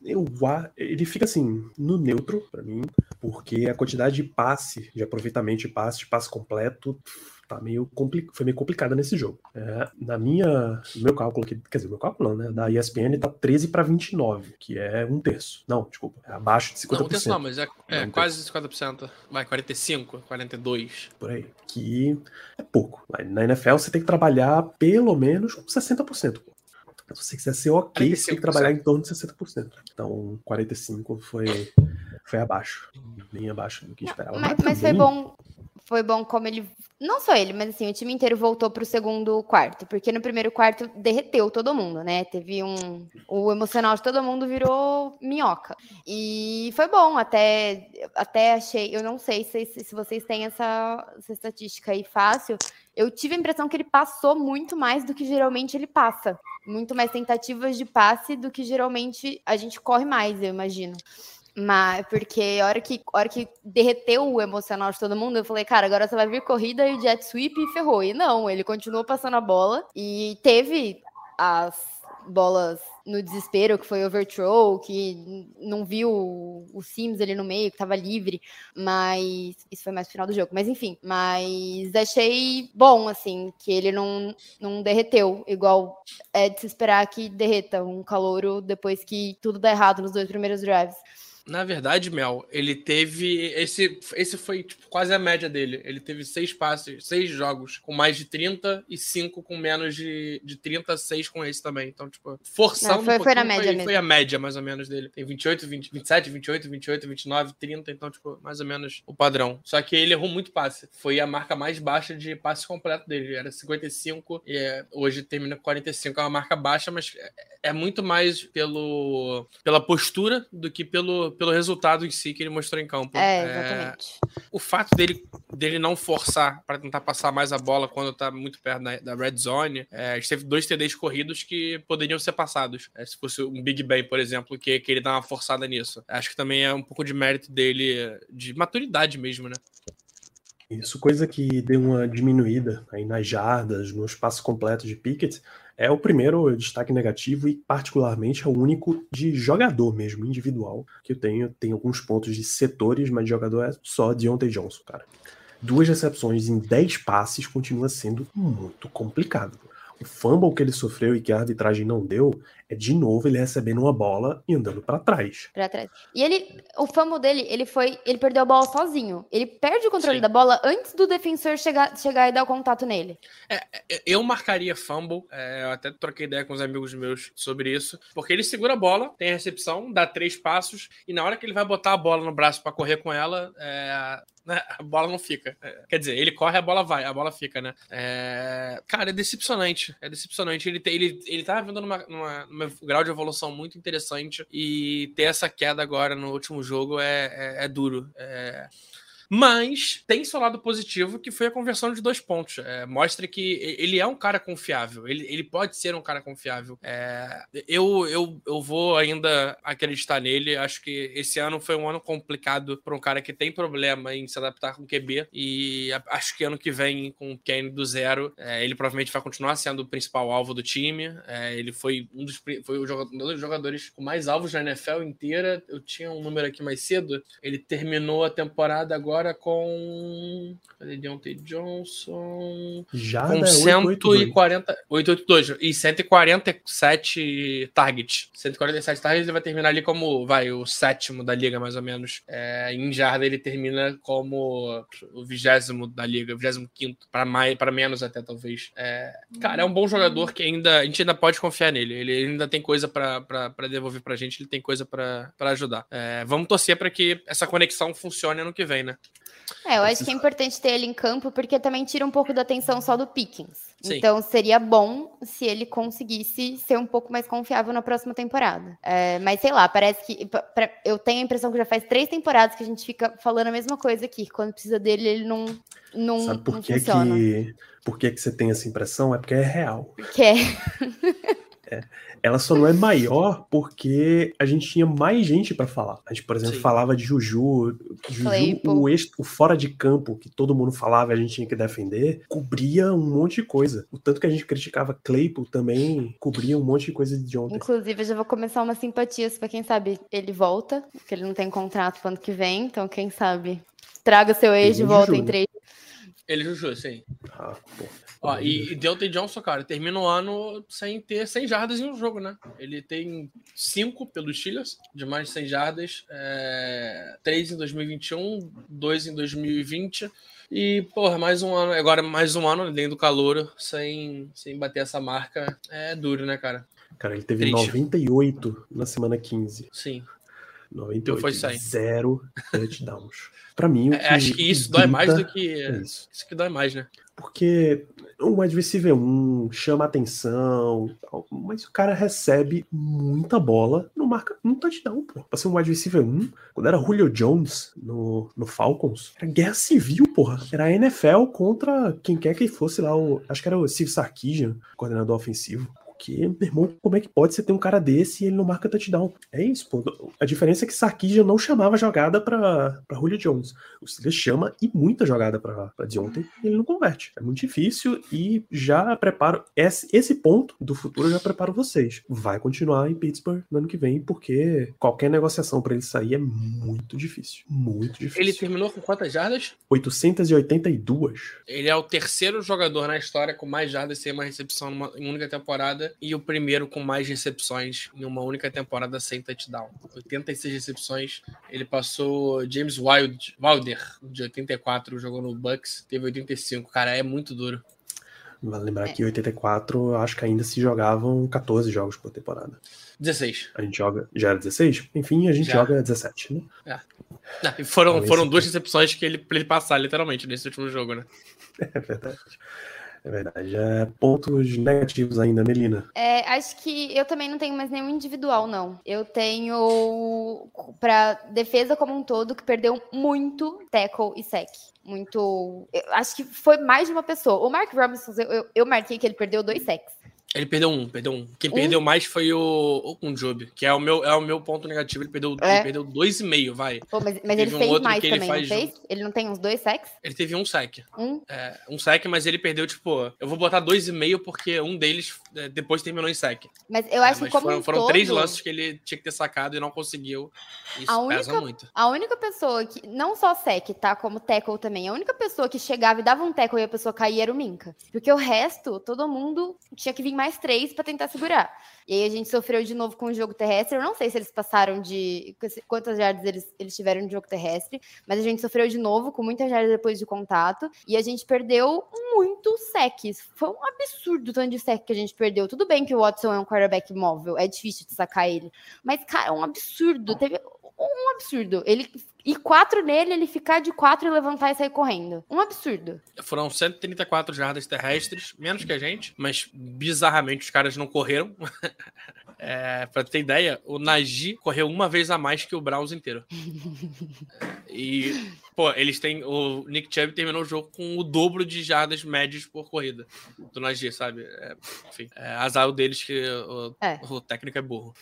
Ele fica assim, no neutro, pra mim, porque a quantidade de passe, de aproveitamento de passe completo, foi meio complicada nesse jogo. No meu cálculo, meu cálculo não, né? Da ESPN tá 13-29, que é 1/3. Não, desculpa, é abaixo de 50%. Não, 1/3 não, mas quase 50%. Vai, 45, 42. Por aí. Que é pouco. Na NFL você tem que trabalhar pelo menos com 60%. Se você quiser ser ok, você tem que trabalhar em torno de 60%. Então, 45% foi abaixo. Bem abaixo do que esperava. Mas foi bom como ele... Não só ele, mas assim, o time inteiro voltou pro segundo quarto. Porque no primeiro quarto derreteu todo mundo, né? Teve o emocional de todo mundo virou minhoca. E foi bom, até achei... Eu não sei se vocês têm essa estatística aí fácil. Eu tive a impressão que ele passou muito mais do que geralmente ele passa. Muito mais tentativas de passe do que geralmente a gente corre mais, eu imagino. Mas porque a hora que derreteu o emocional de todo mundo, eu falei, cara, agora você vai vir corrida e jet sweep e ferrou. E não, ele continuou passando a bola e teve as bolas no desespero, que foi overthrow, que não viu o Sims ali no meio, que tava livre, mas isso foi mais no final do jogo, mas enfim, mas achei bom, assim, que ele não derreteu, igual é de se esperar que derreta um calouro depois que tudo dá errado nos 2 primeiros drives. Na verdade, Mel, ele teve. Esse foi tipo, quase a média dele. Ele teve 6 passes, 6 jogos com mais de 30 e 5 com menos de 30, 6 com esse também. Então, tipo, forçando Não, foi na média foi mesmo. A média mais ou menos dele. Tem 28, 27, 28, 28, 29, 30. Então, tipo, mais ou menos o padrão. Só que ele errou muito passe. Foi a marca mais baixa de passe completo dele. Era 55 e hoje termina com 45. É uma marca baixa, mas é muito mais pela postura do que pelo resultado em si que ele mostrou em campo. Exatamente. O fato dele não forçar para tentar passar mais a bola quando tá muito perto da red zone, a gente teve 2 TDs corridos que poderiam ser passados. Se fosse um Big Ben, por exemplo, que ele dá uma forçada nisso. Acho que também é um pouco de mérito dele, de maturidade mesmo, né? Isso, coisa que deu uma diminuída aí nas jardas, no espaço completo de Pickett, é o primeiro destaque negativo e particularmente é o único de jogador mesmo, individual, que eu tenho. Tem alguns pontos de setores, mas de jogador é só Deontay Johnson, cara. 2 recepções em 10 passes continua sendo muito complicado. O fumble que ele sofreu e que a arbitragem não deu é de novo ele recebendo uma bola e andando pra trás. Pra trás. E o fumble dele, ele perdeu a bola sozinho. Ele perde o controle da bola antes do defensor chegar e dar o contato nele. Eu marcaria fumble, eu até troquei ideia com os amigos meus sobre isso, porque ele segura a bola, tem a recepção, dá 3 passos, e na hora que ele vai botar a bola no braço pra correr com ela, a bola não fica. Quer dizer, ele corre, a bola fica, né? Cara, é decepcionante. Ele tava vindo numa grau de evolução muito interessante e ter essa queda agora no último jogo é duro. Mas tem seu lado positivo, que foi a conversão de 2 pontos. Mostra que ele é um cara confiável. Ele pode ser um cara confiável. Eu vou ainda acreditar nele. Acho que esse ano foi um ano complicado para um cara que tem problema em se adaptar com o QB. E acho que ano que vem, com o Kane do zero, ele provavelmente vai continuar sendo o principal alvo do time. Ele foi um dos jogadores com mais alvos na NFL inteira. Eu tinha um número aqui mais cedo. Ele terminou a temporada agora com... Cadê Deontay Johnson? Já com 882 e 147 targets. 147 targets, ele vai terminar ali como o 7º da liga, mais ou menos. Em jarda ele termina como o 20º da liga, 25º, para menos até, talvez. Cara, é um bom jogador que a gente ainda pode confiar nele. Ele ainda tem coisa para devolver pra gente, ele tem coisa para ajudar. Vamos torcer para que essa conexão funcione ano que vem, né? Eu acho que é importante ter ele em campo, porque também tira um pouco da atenção só do Pickens. Sim. Então, seria bom se ele conseguisse ser um pouco mais confiável na próxima temporada. Mas, sei lá, parece que... Eu tenho a impressão que já faz 3 temporadas que a gente fica falando a mesma coisa aqui. Quando precisa dele, ele não Sabe por não que funciona. Por que você tem essa impressão? É porque é real. Porque Ela só não é maior porque a gente tinha mais gente pra falar. A gente, por exemplo, falava de Juju, o fora de campo, que todo mundo falava e a gente tinha que defender, cobria um monte de coisa. O tanto que a gente criticava Claypool também cobria um monte de coisa de ontem. Inclusive, eu já vou começar umas simpatias pra quem sabe ele volta, porque ele não tem contrato pro ano que vem, então quem sabe traga seu ex de volta em 3. Ele Juju, sim. Pô. E Deontay Johnson, cara, termina o ano sem ter 100 jardas em um jogo, né? Ele tem 5 pelos Steelers, de mais de 100 jardas, 3 em 2021, 2 em 2020. E, porra, mais um ano, agora mais um ano dentro do calouro, sem bater essa marca, é duro, né, cara? Cara, ele teve Triste. 98 na semana 15. Sim. 98, foi 100. 0 touchdowns. Pra mim, o que acho que isso dói mais do que... isso que dói mais, né? Porque o wide receiver 1 chama atenção, mas o cara recebe muita bola, não marca um touchdown, pô. Pra ser um wide receiver 1, quando era Julio Jones no Falcons, era guerra civil, porra. Era a NFL contra quem quer que fosse lá, acho que era o Steve Sarkisian, coordenador ofensivo. Porque, meu irmão, como é que pode você ter um cara desse e ele não marca touchdown? É isso, pô. A diferença é que Sarkisian não chamava jogada pra Julio Jones. O Steelers chama e muita jogada pra Deontay e ele não converte. É muito difícil e já preparo... Esse ponto do futuro eu já preparo vocês. Vai continuar em Pittsburgh no ano que vem, porque qualquer negociação pra ele sair é muito difícil. Muito difícil. Ele terminou com quantas jardas? 882. Ele é o 3º jogador na história com mais jardas sem uma recepção em uma única temporada. e o primeiro com mais recepções em uma única temporada sem touchdown. 86 recepções. Ele passou James Wilder, de 84, jogou no Bucks, teve 85. Cara, é muito duro. Vale lembrar que em 84, acho que ainda se jogavam 14 jogos por temporada. 16. A gente joga... Já era 16? Enfim, a gente joga 17, né? E foram 2 recepções pra ele passar, literalmente, nesse último jogo, né? É verdade. É verdade. Pontos negativos ainda, Melina. Acho que eu também não tenho mais nenhum individual, não. Eu tenho pra defesa como um todo, que perdeu muito tackle e sec. Muito. Eu acho que foi mais de uma pessoa. O Mark Robinson, eu marquei que ele perdeu 2 sacks. Ele perdeu um. Quem perdeu mais foi o Kunjob, que é o meu ponto negativo. Ele perdeu 2,5, vai. Pô, mas ele fez mais também, não fez? Ele não tem uns 2 sacks? Ele teve um sack. Um sack, mas ele perdeu, tipo... Eu vou botar 2,5 porque um deles depois terminou em sack. Mas eu acho que foram 3 lances que ele tinha que ter sacado e não conseguiu. Isso pesa muito. A única pessoa que... Não só sack, tá? Como tackle também. A única pessoa que chegava e dava um tackle e a pessoa caía era o Minka. Porque o resto, todo mundo tinha que vir mais 3 pra tentar segurar. E aí a gente sofreu de novo com o jogo terrestre. Eu não sei se eles passaram de... Quantas jardas eles tiveram de jogo terrestre. Mas a gente sofreu de novo com muitas jardas depois de contato. E a gente perdeu muito sacks. Foi um absurdo o tanto de sack que a gente perdeu. Tudo bem que o Watson é um quarterback móvel. É difícil de sacar ele. Mas, cara, é um absurdo. Teve um absurdo. Ele... E 4 nele, ele ficar de 4 e levantar e sair correndo. Um absurdo. Foram 134 jardas terrestres, menos que a gente, mas bizarramente os caras não correram. Pra ter ideia, o Najee correu uma vez a mais que o Browns inteiro. E, pô, eles têm... O Nick Chubb terminou o jogo com o dobro de jardas médias por corrida do Najee, sabe? Enfim, azar deles que o técnico é burro.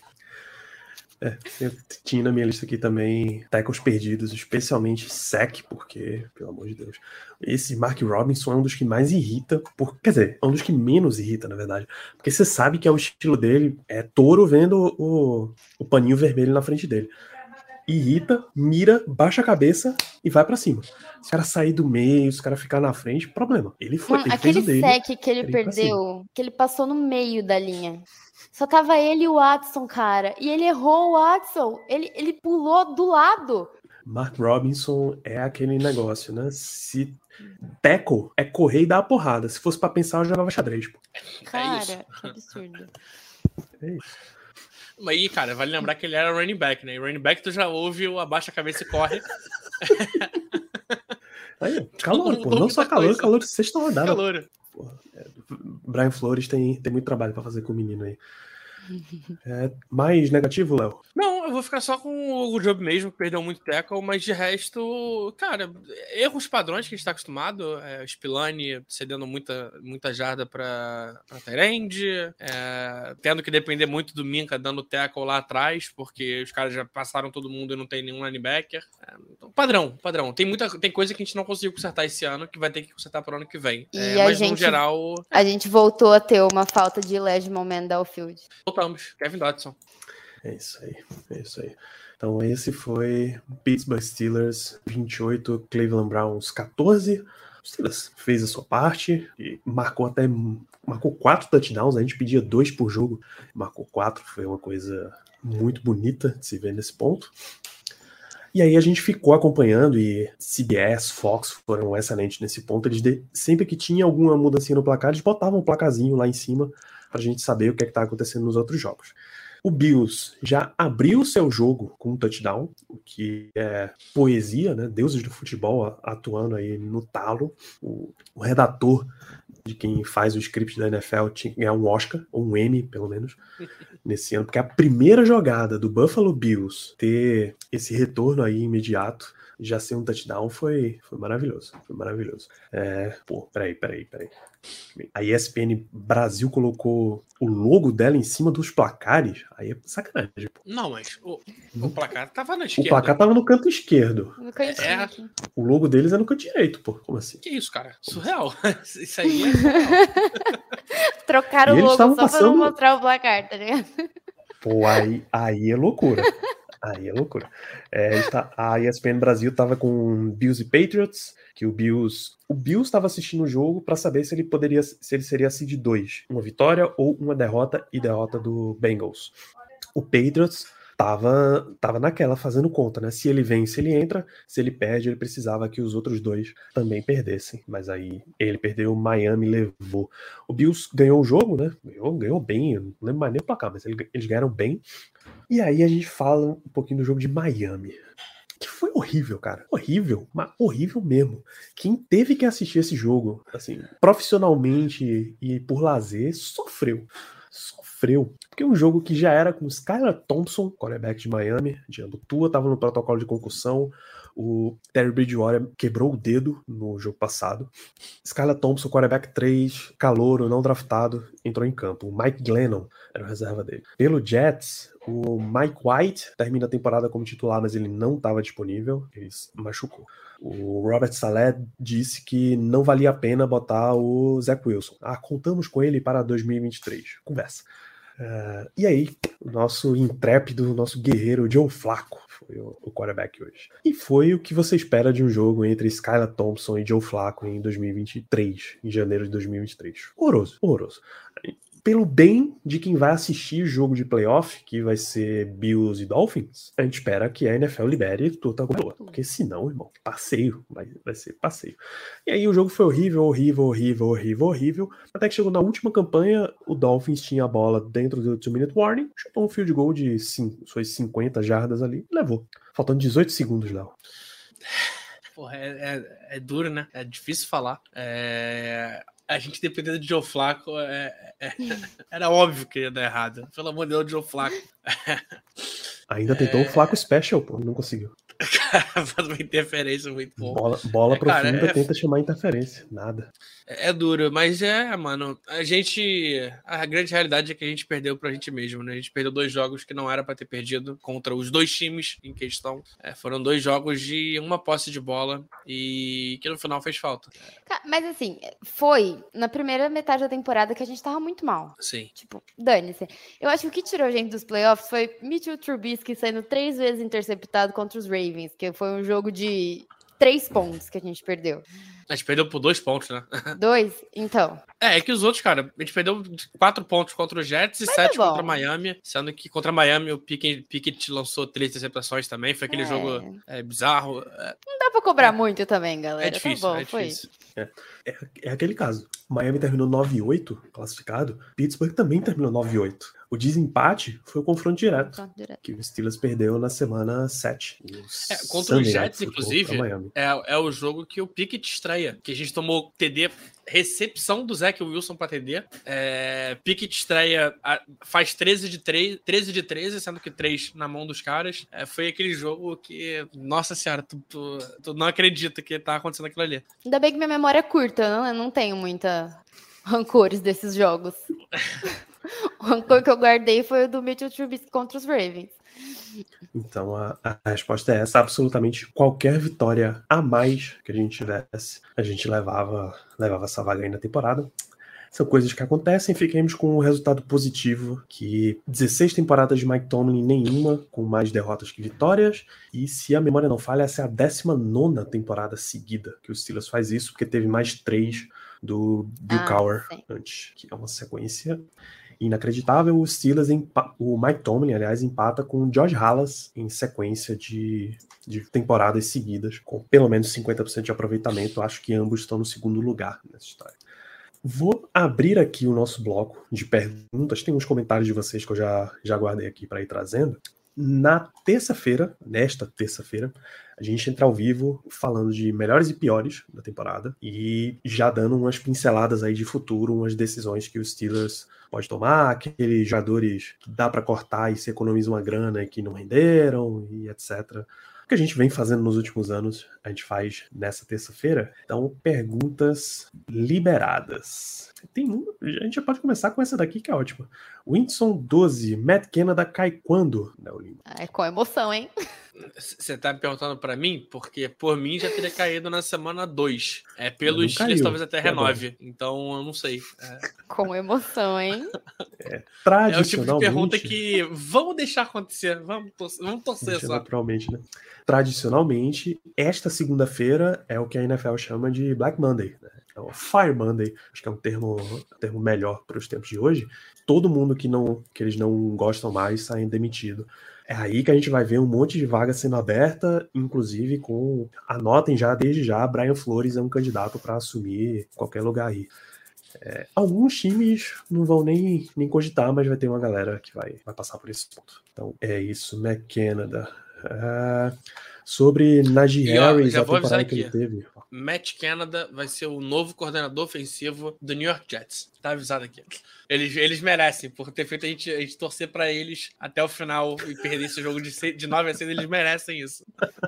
Eu tinha na minha lista aqui também tackles perdidos, especialmente sack, porque, pelo amor de Deus, esse Mark Robinson é um dos que mais irrita, quer dizer, é um dos que menos irrita, na verdade, porque você sabe que é o estilo dele, é touro vendo o paninho vermelho na frente dele. Irrita, mira, baixa a cabeça e vai pra cima. Se o cara sair do meio, se o cara ficar na frente, problema. Ele foi. Mano, aquele sec que ele perdeu, que ele passou no meio da linha. Só tava ele e o Watson, cara. E ele errou o Watson. Ele pulou do lado. Mark Robinson é aquele negócio, né? Se tackle é correr e dar a porrada. Se fosse pra pensar, eu jogava xadrez, pô. Cara, que absurdo. É isso. Mas aí, cara, vale lembrar que ele era running back, né? E running back tu já ouve o abaixa a cabeça e corre. Aí, calor, pô. Não só calor de sexta rodada. Calor. Porra, Brian Flores tem muito trabalho pra fazer com o menino aí. Mais negativo, Léo? Não, eu vou ficar só com o Job mesmo, que perdeu muito tackle, mas de resto, cara, erros padrões que a gente tá acostumado, Spillane cedendo muita jarda pra Tyrande, tendo que depender muito do Minka dando tackle lá atrás, porque os caras já passaram todo mundo e não tem nenhum linebacker. Então, padrão. Tem coisa que a gente não conseguiu consertar esse ano, que vai ter que consertar pro ano que vem. Mas no geral... A gente voltou a ter uma falta de legible man downfield. Voltamos, Kevin Dotson. É isso aí. Então esse foi Pittsburgh Steelers 28, Cleveland Browns 14. O Steelers fez a sua parte e marcou 4 touchdowns. A gente pedia 2 por jogo, marcou 4. Foi uma coisa muito bonita de se ver nesse ponto. E aí a gente ficou acompanhando e CBS, Fox foram excelentes nesse ponto. Eles sempre que tinha alguma mudança no placar, eles botavam um placazinho lá em cima pra gente saber o que tá acontecendo nos outros jogos. O Bills já abriu o seu jogo com um touchdown, o que é poesia, né? Deuses do futebol atuando aí no talo. O redator de quem faz o script da NFL tinha que ganhar um Oscar, ou um Emmy, pelo menos, nesse ano, porque a primeira jogada do Buffalo Bills ter esse retorno aí imediato, já ser um touchdown, foi maravilhoso. Foi maravilhoso. Peraí. A ESPN Brasil colocou o logo dela em cima dos placares. Aí é sacanagem, pô. Não, mas o placar tava na esquerda. O placar tava no canto esquerdo. No cantinho aqui. O logo deles é no canto direito, pô. Como assim? Que isso, cara? Surreal. Isso aí é surreal. Trocaram o logo só pra não mostrar o placar, tá ligado? Pô, aí é loucura. Aí é loucura. A ESPN Brasil tava com Bills e Patriots, que o Bills estava assistindo o jogo para saber se ele seria seed 2, uma vitória ou uma derrota e derrota do Bengals. O Patriots tava naquela, fazendo conta, né? Se ele vence, ele entra. Se ele perde, ele precisava que os outros dois também perdessem. Mas aí ele perdeu, Miami levou. O Bills ganhou o jogo, né? Ganhou bem, eu não lembro mais nem o placar, mas eles ganharam bem. E aí a gente fala um pouquinho do jogo de Miami. Que foi horrível, cara. Horrível, mas horrível mesmo. Quem teve que assistir esse jogo, assim, profissionalmente e por lazer, sofreu. Porque um jogo que já era com Skylar Thompson, quarterback de Miami, o Tua estava no protocolo de concussão, o Terry Bridgewater quebrou o dedo no jogo passado. Skylar Thompson, quarterback 3, calouro, não draftado, entrou em campo. O Mike Glennon era o reserva dele. Pelo Jets, o Mike White termina a temporada como titular, mas ele não estava disponível, ele machucou. O Robert Saleh disse que não valia a pena botar o Zach Wilson. Contamos com ele para 2023. Conversa. E aí, o nosso intrépido, o nosso guerreiro Joe Flacco foi o quarterback hoje. E foi o que você espera de um jogo entre Skylar Thompson e Joe Flacco em 2023, em janeiro de 2023. Horroroso. Pelo bem de quem vai assistir o jogo de playoff, que vai ser Bills e Dolphins, a gente espera que a NFL libere Tua Tagovailoa, porque senão, irmão, passeio, vai ser passeio. E aí o jogo foi horrível, até que chegou na última campanha, o Dolphins tinha a bola dentro do 2-minute warning, chutou um field goal de 50 jardas ali e levou. Faltando 18 segundos, Léo. Porra, é duro, né? É difícil falar. A gente dependendo de Joe Flacco, era óbvio que ia dar errado. Pelo amor de Deus, Joe Flacco. Ainda tentou o Flacco Special, pô, não conseguiu. Faz uma interferência muito boa. Bola profunda, tenta chamar interferência. Nada. É duro, mas mano, a grande realidade é que a gente perdeu pra gente mesmo, né? A gente perdeu 2 jogos que não era pra ter perdido contra os 2 times em questão. Foram 2 jogos de uma posse de bola e que no final fez falta. Mas assim, foi na primeira metade da temporada que a gente tava muito mal. Sim. Tipo, dane-se. Eu acho que o que tirou a gente dos playoffs foi Mitchell Trubisky saindo 3 vezes interceptado contra os Ravens, que foi um jogo de 3 pontos que a gente perdeu. A gente perdeu por 2 pontos, né? 2? Então. É que os outros, cara, a gente perdeu 4 pontos contra o Jets e 7 contra Miami, sendo que contra Miami o Pickett lançou 3 interceptações também, foi aquele jogo bizarro. Não dá pra cobrar muito também, galera. É difícil, tá bom, difícil. É aquele caso. Miami terminou 9-8, classificado. Pittsburgh também terminou 9-8. O desempate foi o confronto direto. Que o Steelers perdeu na semana 7. Contra os Jets, inclusive, é o jogo que o Pickett estreia. Que a gente tomou TD, recepção do Zach Wilson pra TD. Pickett estreia, faz 13 de 13, sendo que 3 na mão dos caras. Foi aquele jogo que, nossa senhora, tu não acredita que tá acontecendo aquilo ali. Ainda bem que minha memória é curta, eu não tenho muita rancores desses jogos. O rancor que eu guardei foi o do Mitchell Trubisky contra os Ravens. Então a resposta é essa. Absolutamente qualquer vitória a mais que a gente tivesse, a gente levava essa vaga aí na temporada. São coisas que acontecem. Fiquemos com um resultado positivo, que 16 temporadas de Mike Tomlin, nenhuma com mais derrotas que vitórias. E se a memória não falha, essa é a 19ª temporada seguida que o Steelers faz isso, porque teve mais 3 do Bill Cowher antes, que é uma sequência inacreditável. O Steelers, o Mike Tomlin, aliás, empata com o George Halas em sequência de temporadas seguidas, com pelo menos 50% de aproveitamento. Acho que ambos estão no segundo lugar nessa história. Vou abrir aqui o nosso bloco de perguntas. Tem uns comentários de vocês que eu já guardei aqui para ir trazendo. Nesta terça-feira, a gente entra ao vivo falando de melhores e piores da temporada e já dando umas pinceladas aí de futuro, umas decisões que os Steelers pode tomar, aqueles jogadores que dá para cortar e se economiza uma grana e que não renderam e etc. O que a gente vem fazendo nos últimos anos, a gente faz nessa terça-feira. Então, perguntas liberadas. A gente já pode começar com essa daqui, que é ótima. Whindersson 12, Matt Canada cai quando, Léo Lima? É com emoção, hein? Você tá me perguntando pra mim? Porque por mim já teria caído na semana 2. Pelos caiu, Steelers talvez até que é bom. renove. Então eu não sei. Com emoção, hein? É o tipo de pergunta Tradicionalmente, que vamos deixar acontecer. Vamos torcer deixa só. naturalmente, né? Tradicionalmente, esta segunda-feira é o que a NFL chama de Black Monday, né? Então, Fire Monday, acho que é um termo melhor para os tempos de hoje. Todo mundo que eles não gostam mais sai demitido. É aí que a gente vai ver um monte de vaga sendo aberta, inclusive anotem já, desde já, Brian Flores é um candidato para assumir qualquer lugar aí. Alguns times não vão nem cogitar, mas vai ter uma galera que vai passar por esse ponto. Então é isso, McCanada. Sobre Najee E, ó, Harris, já a vou avisar temporada que ele aqui. teve. Matt Canada vai ser o novo coordenador ofensivo do New York Jets. Tá avisado aqui. Eles merecem, por ter feito a gente torcer pra eles até o final e perder esse jogo de 9-6, eles merecem isso.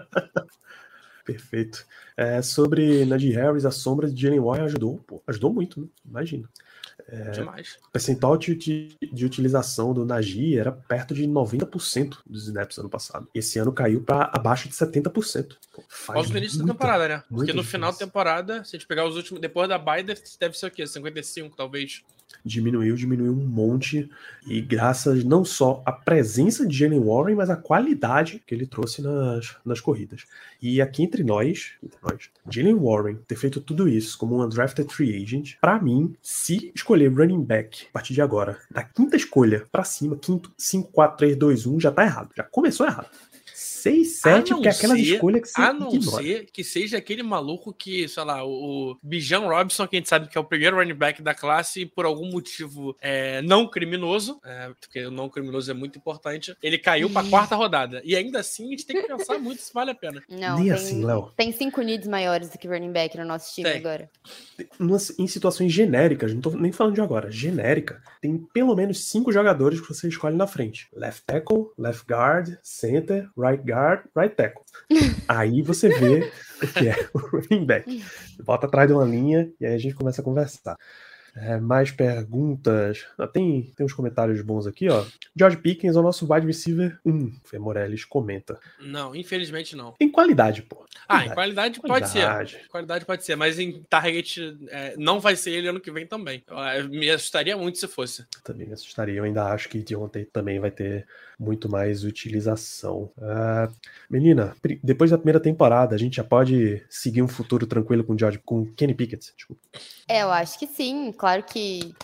Perfeito. Sobre Najee Harris, a sombra de Jalen Warren ajudou muito, né? Imagina. Demais. O percentual de utilização do Najee era perto de 90% dos snaps ano passado. Esse ano caiu para abaixo de 70%. Logo no início da temporada, né? Porque muita no final da diferença. temporada, se a gente pegar os últimos, depois da bye, deve ser o quê? 55, talvez. Diminuiu um monte, e graças não só à presença de Jalen Warren, mas à qualidade que ele trouxe nas corridas. E aqui entre nós, Jalen Warren ter feito tudo isso como um undrafted free agent, pra mim, se escolher running back a partir de agora, da quinta escolha pra cima, quinto, 5, 4, 3, 2, 1, já tá errado. Já começou errado. 6, 7, porque é aquelas escolhas que você A não ignora. ser que seja aquele maluco que, sei lá, o Bijan Robinson, que a gente sabe que é o primeiro running back da classe, e por algum motivo não criminoso, porque o não criminoso é muito importante, ele caiu pra quarta rodada. E ainda assim, a gente tem que pensar muito se vale a pena. Não, Nem assim, Léo. Tem 5 needs maiores do que running back no nosso time Tem. agora. Em situações genéricas, não tô nem falando de agora, genérica, tem pelo menos 5 jogadores que você escolhe na frente. Left tackle, left guard, center, right guard, right tackle. Aí você vê o que é o running back. Bota atrás de uma linha e aí a gente começa a conversar. Mais perguntas. Tem uns comentários bons aqui, ó. George Pickens é o nosso wide receiver 1. Fê Morelles comenta. Não, infelizmente não. Tem qualidade, pô. Em qualidade pode ser. Qualidade pode ser, mas em target não vai ser ele ano que vem também. Me assustaria muito se fosse. Também me assustaria. Eu ainda acho que de ontem também vai ter muito mais utilização. Menina, depois da primeira temporada, a gente já pode seguir um futuro tranquilo com Kenny Pickett? Desculpa. Eu acho que sim, claro que.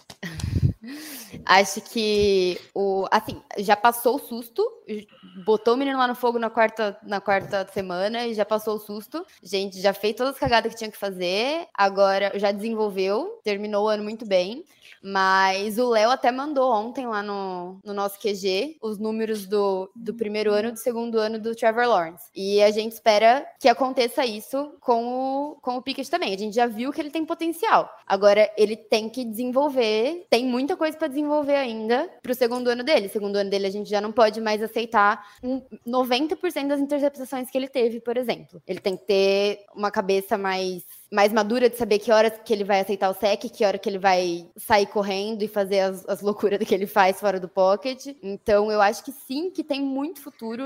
Acho que assim, já passou o susto, botou o menino lá no fogo na quarta semana e já passou o susto. Gente, já fez todas as cagadas que tinha que fazer, agora já desenvolveu, terminou o ano muito bem. Mas o Léo até mandou ontem lá no nosso QG os números do primeiro ano e do segundo ano do Trevor Lawrence. E a gente espera que aconteça isso com o Pickett também. A gente já viu que ele tem potencial. Agora, ele tem que desenvolver, tem muita coisa para desenvolver ainda pro segundo ano dele. Segundo ano dele, a gente já não pode mais aceitar 90% das interceptações que ele teve, por exemplo. Ele tem que ter uma cabeça mais madura de saber que horas que ele vai aceitar o sec, que hora que ele vai sair correndo e fazer as loucuras que ele faz fora do pocket. Então, eu acho que sim, que tem muito futuro.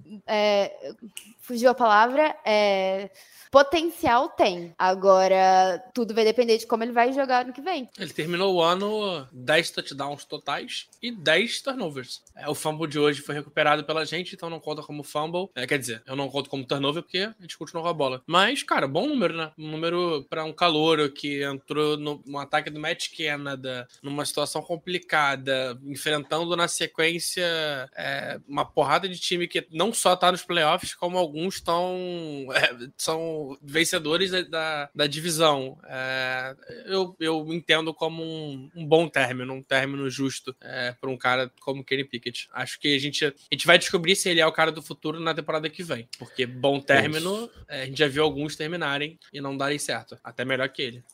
Fugiu a palavra. Potencial tem. Agora, tudo vai depender de como ele vai jogar no que vem. Ele terminou o ano 10 touchdowns totais e 10 turnovers. O fumble de hoje foi recuperado pela gente, então não conta como fumble. Quer dizer, eu não conto como turnover porque a gente continua com a bola. Mas, cara, bom número, né? Um número pra um calouro que entrou no ataque do Matt Canada, numa situação complicada, enfrentando na sequência uma porrada de time que não só tá nos playoffs, como alguns são vencedores da divisão. Eu entendo como um bom término, um término justo para um cara como Kenny Pickett. Acho que a gente vai descobrir se ele é o cara do futuro na temporada que vem, porque bom término, a gente já viu alguns terminarem e não darem certo, até melhor que ele.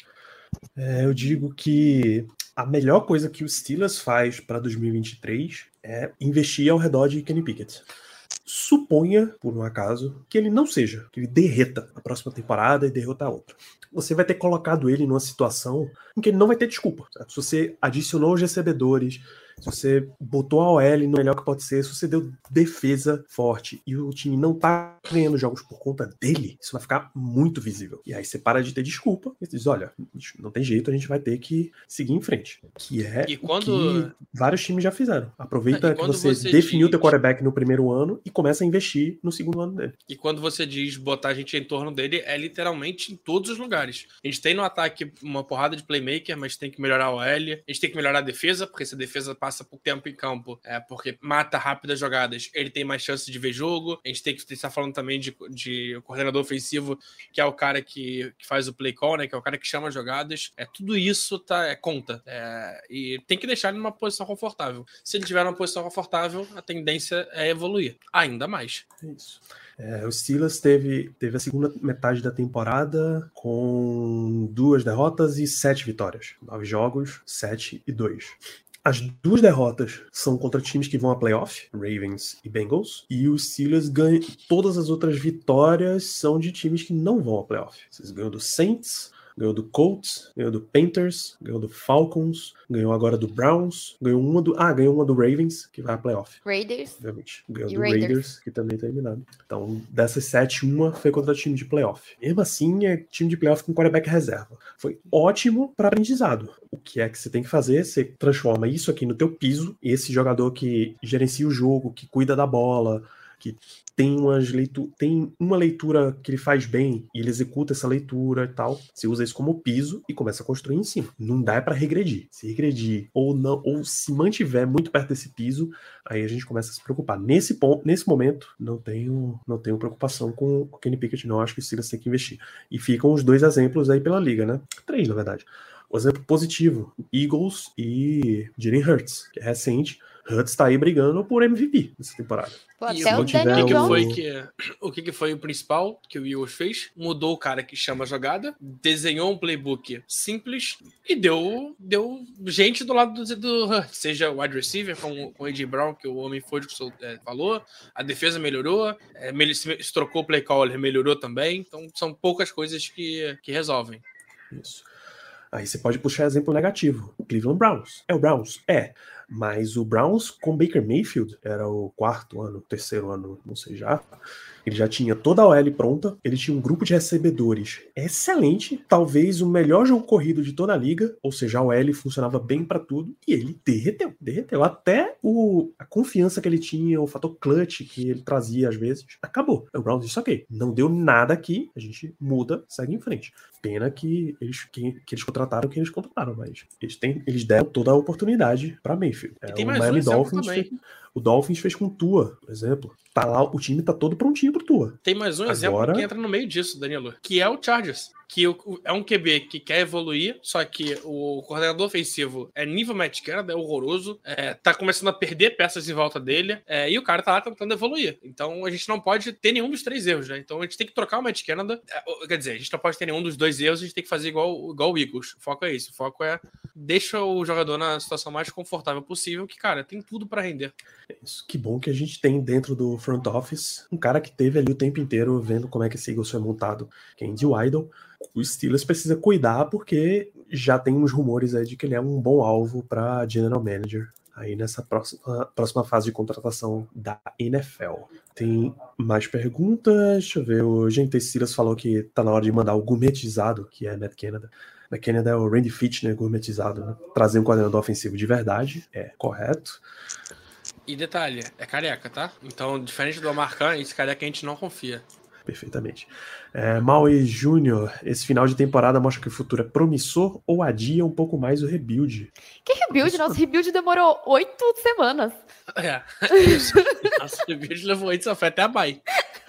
Eu digo que a melhor coisa que o Steelers faz para 2023 é investir ao redor de Kenny Pickett. Suponha, por um acaso, que ele não seja, que ele derreta a próxima temporada e derrota a outra. Você vai ter colocado ele numa situação em que ele não vai ter desculpa. Certo? Se você adicionou os recebedores, Se você botou a OL no melhor que pode ser, se você deu defesa forte e o time não tá ganhando jogos por conta dele, isso vai ficar muito visível. E aí você para de ter desculpa e diz, olha, não tem jeito, a gente vai ter que seguir em frente. Que é o que vários times já fizeram. Aproveita que você definiu teu quarterback no primeiro ano e começa a investir no segundo ano dele. E quando você diz botar a gente em torno dele, é literalmente em todos os lugares. A gente tem no ataque uma porrada de playmaker, mas tem que melhorar a OL. A gente tem que melhorar a defesa, porque se a defesa passa por tempo em campo, porque mata rápidas jogadas, ele tem mais chance de ver jogo. A gente tem que estar falando também de coordenador ofensivo, que é o cara que faz o play call, né? Que é o cara que chama jogadas. Tudo isso conta. E tem que deixar ele numa posição confortável. Se ele tiver numa posição confortável, a tendência é evoluir ainda mais. Isso. O Steelers teve a segunda metade da temporada com 2 derrotas e 7 vitórias. 9 jogos, 7-2. As 2 derrotas são contra times que vão a playoff, Ravens e Bengals, e os Steelers ganham. Todas as outras vitórias são de times que não vão a playoff. Vocês ganham do Saints, ganhou do Colts, ganhou do Panthers, ganhou do Falcons, ganhou agora do Browns, ganhou uma do Ravens, que vai a playoff. Raiders. Obviamente. Ganhou do Raiders, que também tá eliminado. Então, dessas 7, uma foi contra time de playoff. Mesmo assim, é time de playoff com quarterback reserva. Foi ótimo para aprendizado. O que é que você tem que fazer? Você transforma isso aqui no teu piso, esse jogador que gerencia o jogo, que cuida da bola, que tem uma leitura que ele faz bem e ele executa essa leitura e tal. Você usa isso como piso e começa a construir em cima. Não dá para regredir. Se regredir ou não, ou se mantiver muito perto desse piso, aí a gente começa a se preocupar. Nesse momento, não tenho preocupação com o Kenny Pickett, não. Acho que o Steelers tem que investir. E ficam os 2 exemplos aí pela liga, né? 3, na verdade. O exemplo positivo, Eagles e Jalen Hurts, que é recente. Hurts tá aí brigando por MVP nessa temporada. Pô, até o Daniel O que foi o principal que o Eagles fez? Mudou o cara que chama a jogada, desenhou um playbook simples e deu gente do lado do Hurts, seja o wide receiver com o A.J. Brown, que o homem foi falou, a defesa melhorou, se trocou o play caller, melhorou também, então são poucas coisas que resolvem. Isso. Aí você pode puxar exemplo negativo. O Cleveland Browns. É o Browns? É. Mas o Browns com Baker Mayfield, era o 4º ano, 3º ano, não sei já. Ele já tinha toda a OL pronta, ele tinha um grupo de recebedores excelente, talvez o melhor jogo corrido de toda a liga, ou seja, a OL funcionava bem pra tudo, e ele derreteu. Até a confiança que ele tinha, o fator clutch que ele trazia às vezes, acabou. O Browns disse, ok, não deu nada aqui, a gente muda, segue em frente. Pena que eles contrataram o que eles contrataram, mas eles deram toda a oportunidade pra Mayfield. E tem mais Miami Dolphins o Dolphins fez com o Tua, por exemplo. Tá lá, o time tá todo prontinho pro Tua. Tem mais um exemplo que entra no meio disso, Danilo, que é o Chargers. Que é um QB que quer evoluir, só que o coordenador ofensivo é nível Matt Canada, é horroroso, tá começando a perder peças em volta dele, e o cara tá lá tentando evoluir. Então a gente não pode ter nenhum dos 3 erros, né? Então a gente tem que trocar o Matt Canada, quer dizer, a gente não pode ter nenhum dos 2 erros, a gente tem que fazer igual o Eagles. O foco é isso, o foco é deixa o jogador na situação mais confortável possível, que, cara, tem tudo pra render. Isso, que bom que a gente tem dentro do front office um cara que teve ali o tempo inteiro vendo como é que esse Eagles foi montado, que é Andy Weidl. O Steelers precisa cuidar porque já tem uns rumores aí de que ele é um bom alvo para General Manager aí nessa próxima fase de contratação da NFL. Tem mais perguntas? Deixa eu ver. O Gente Steelers falou que tá na hora de mandar o gourmetizado, que é Matt Canada. Matt Canada é o Randy Fitchner gourmetizado, né? Trazer um coordenador ofensivo de verdade, é correto. E detalhe, é careca, tá? Então, diferente do Omar Khan, esse careca a gente não confia. Perfeitamente. Maui Júnior, esse final de temporada mostra que o futuro é promissor ou adia um pouco mais o rebuild? Que rebuild? Nosso rebuild demorou 8 semanas. Nosso rebuild levou 8 semanas, foi até a bye.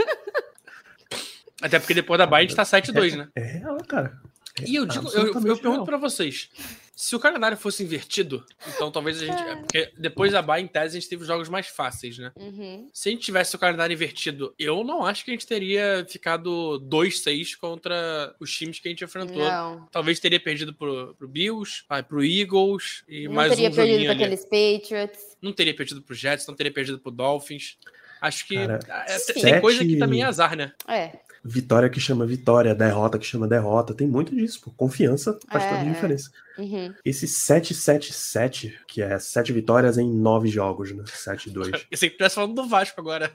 Até porque depois da bye a gente tá 7-2, né? Cara. E eu pergunto pra vocês, se o calendário fosse invertido, então talvez a gente... Porque depois da bye, em tese, a gente teve os jogos mais fáceis, né? Uhum. Se a gente tivesse o calendário invertido, eu não acho que a gente teria ficado 2-6 contra os times que a gente enfrentou. Não. Talvez teria perdido pro Bills, pro Eagles e Não mais um teria perdido joguinho pra aqueles Patriots. Não teria perdido pro Jets, não teria perdido pro Dolphins. Acho que Cara, tem coisa que 7 também é azar, né? vitória que chama vitória, derrota que chama derrota. Tem muito disso, pô. Confiança faz toda a diferença. Uhum. Esse 7-7-7, que é 7 vitórias em 9 jogos, né? 7-2. Eu sempre estivesse falando do Vasco agora.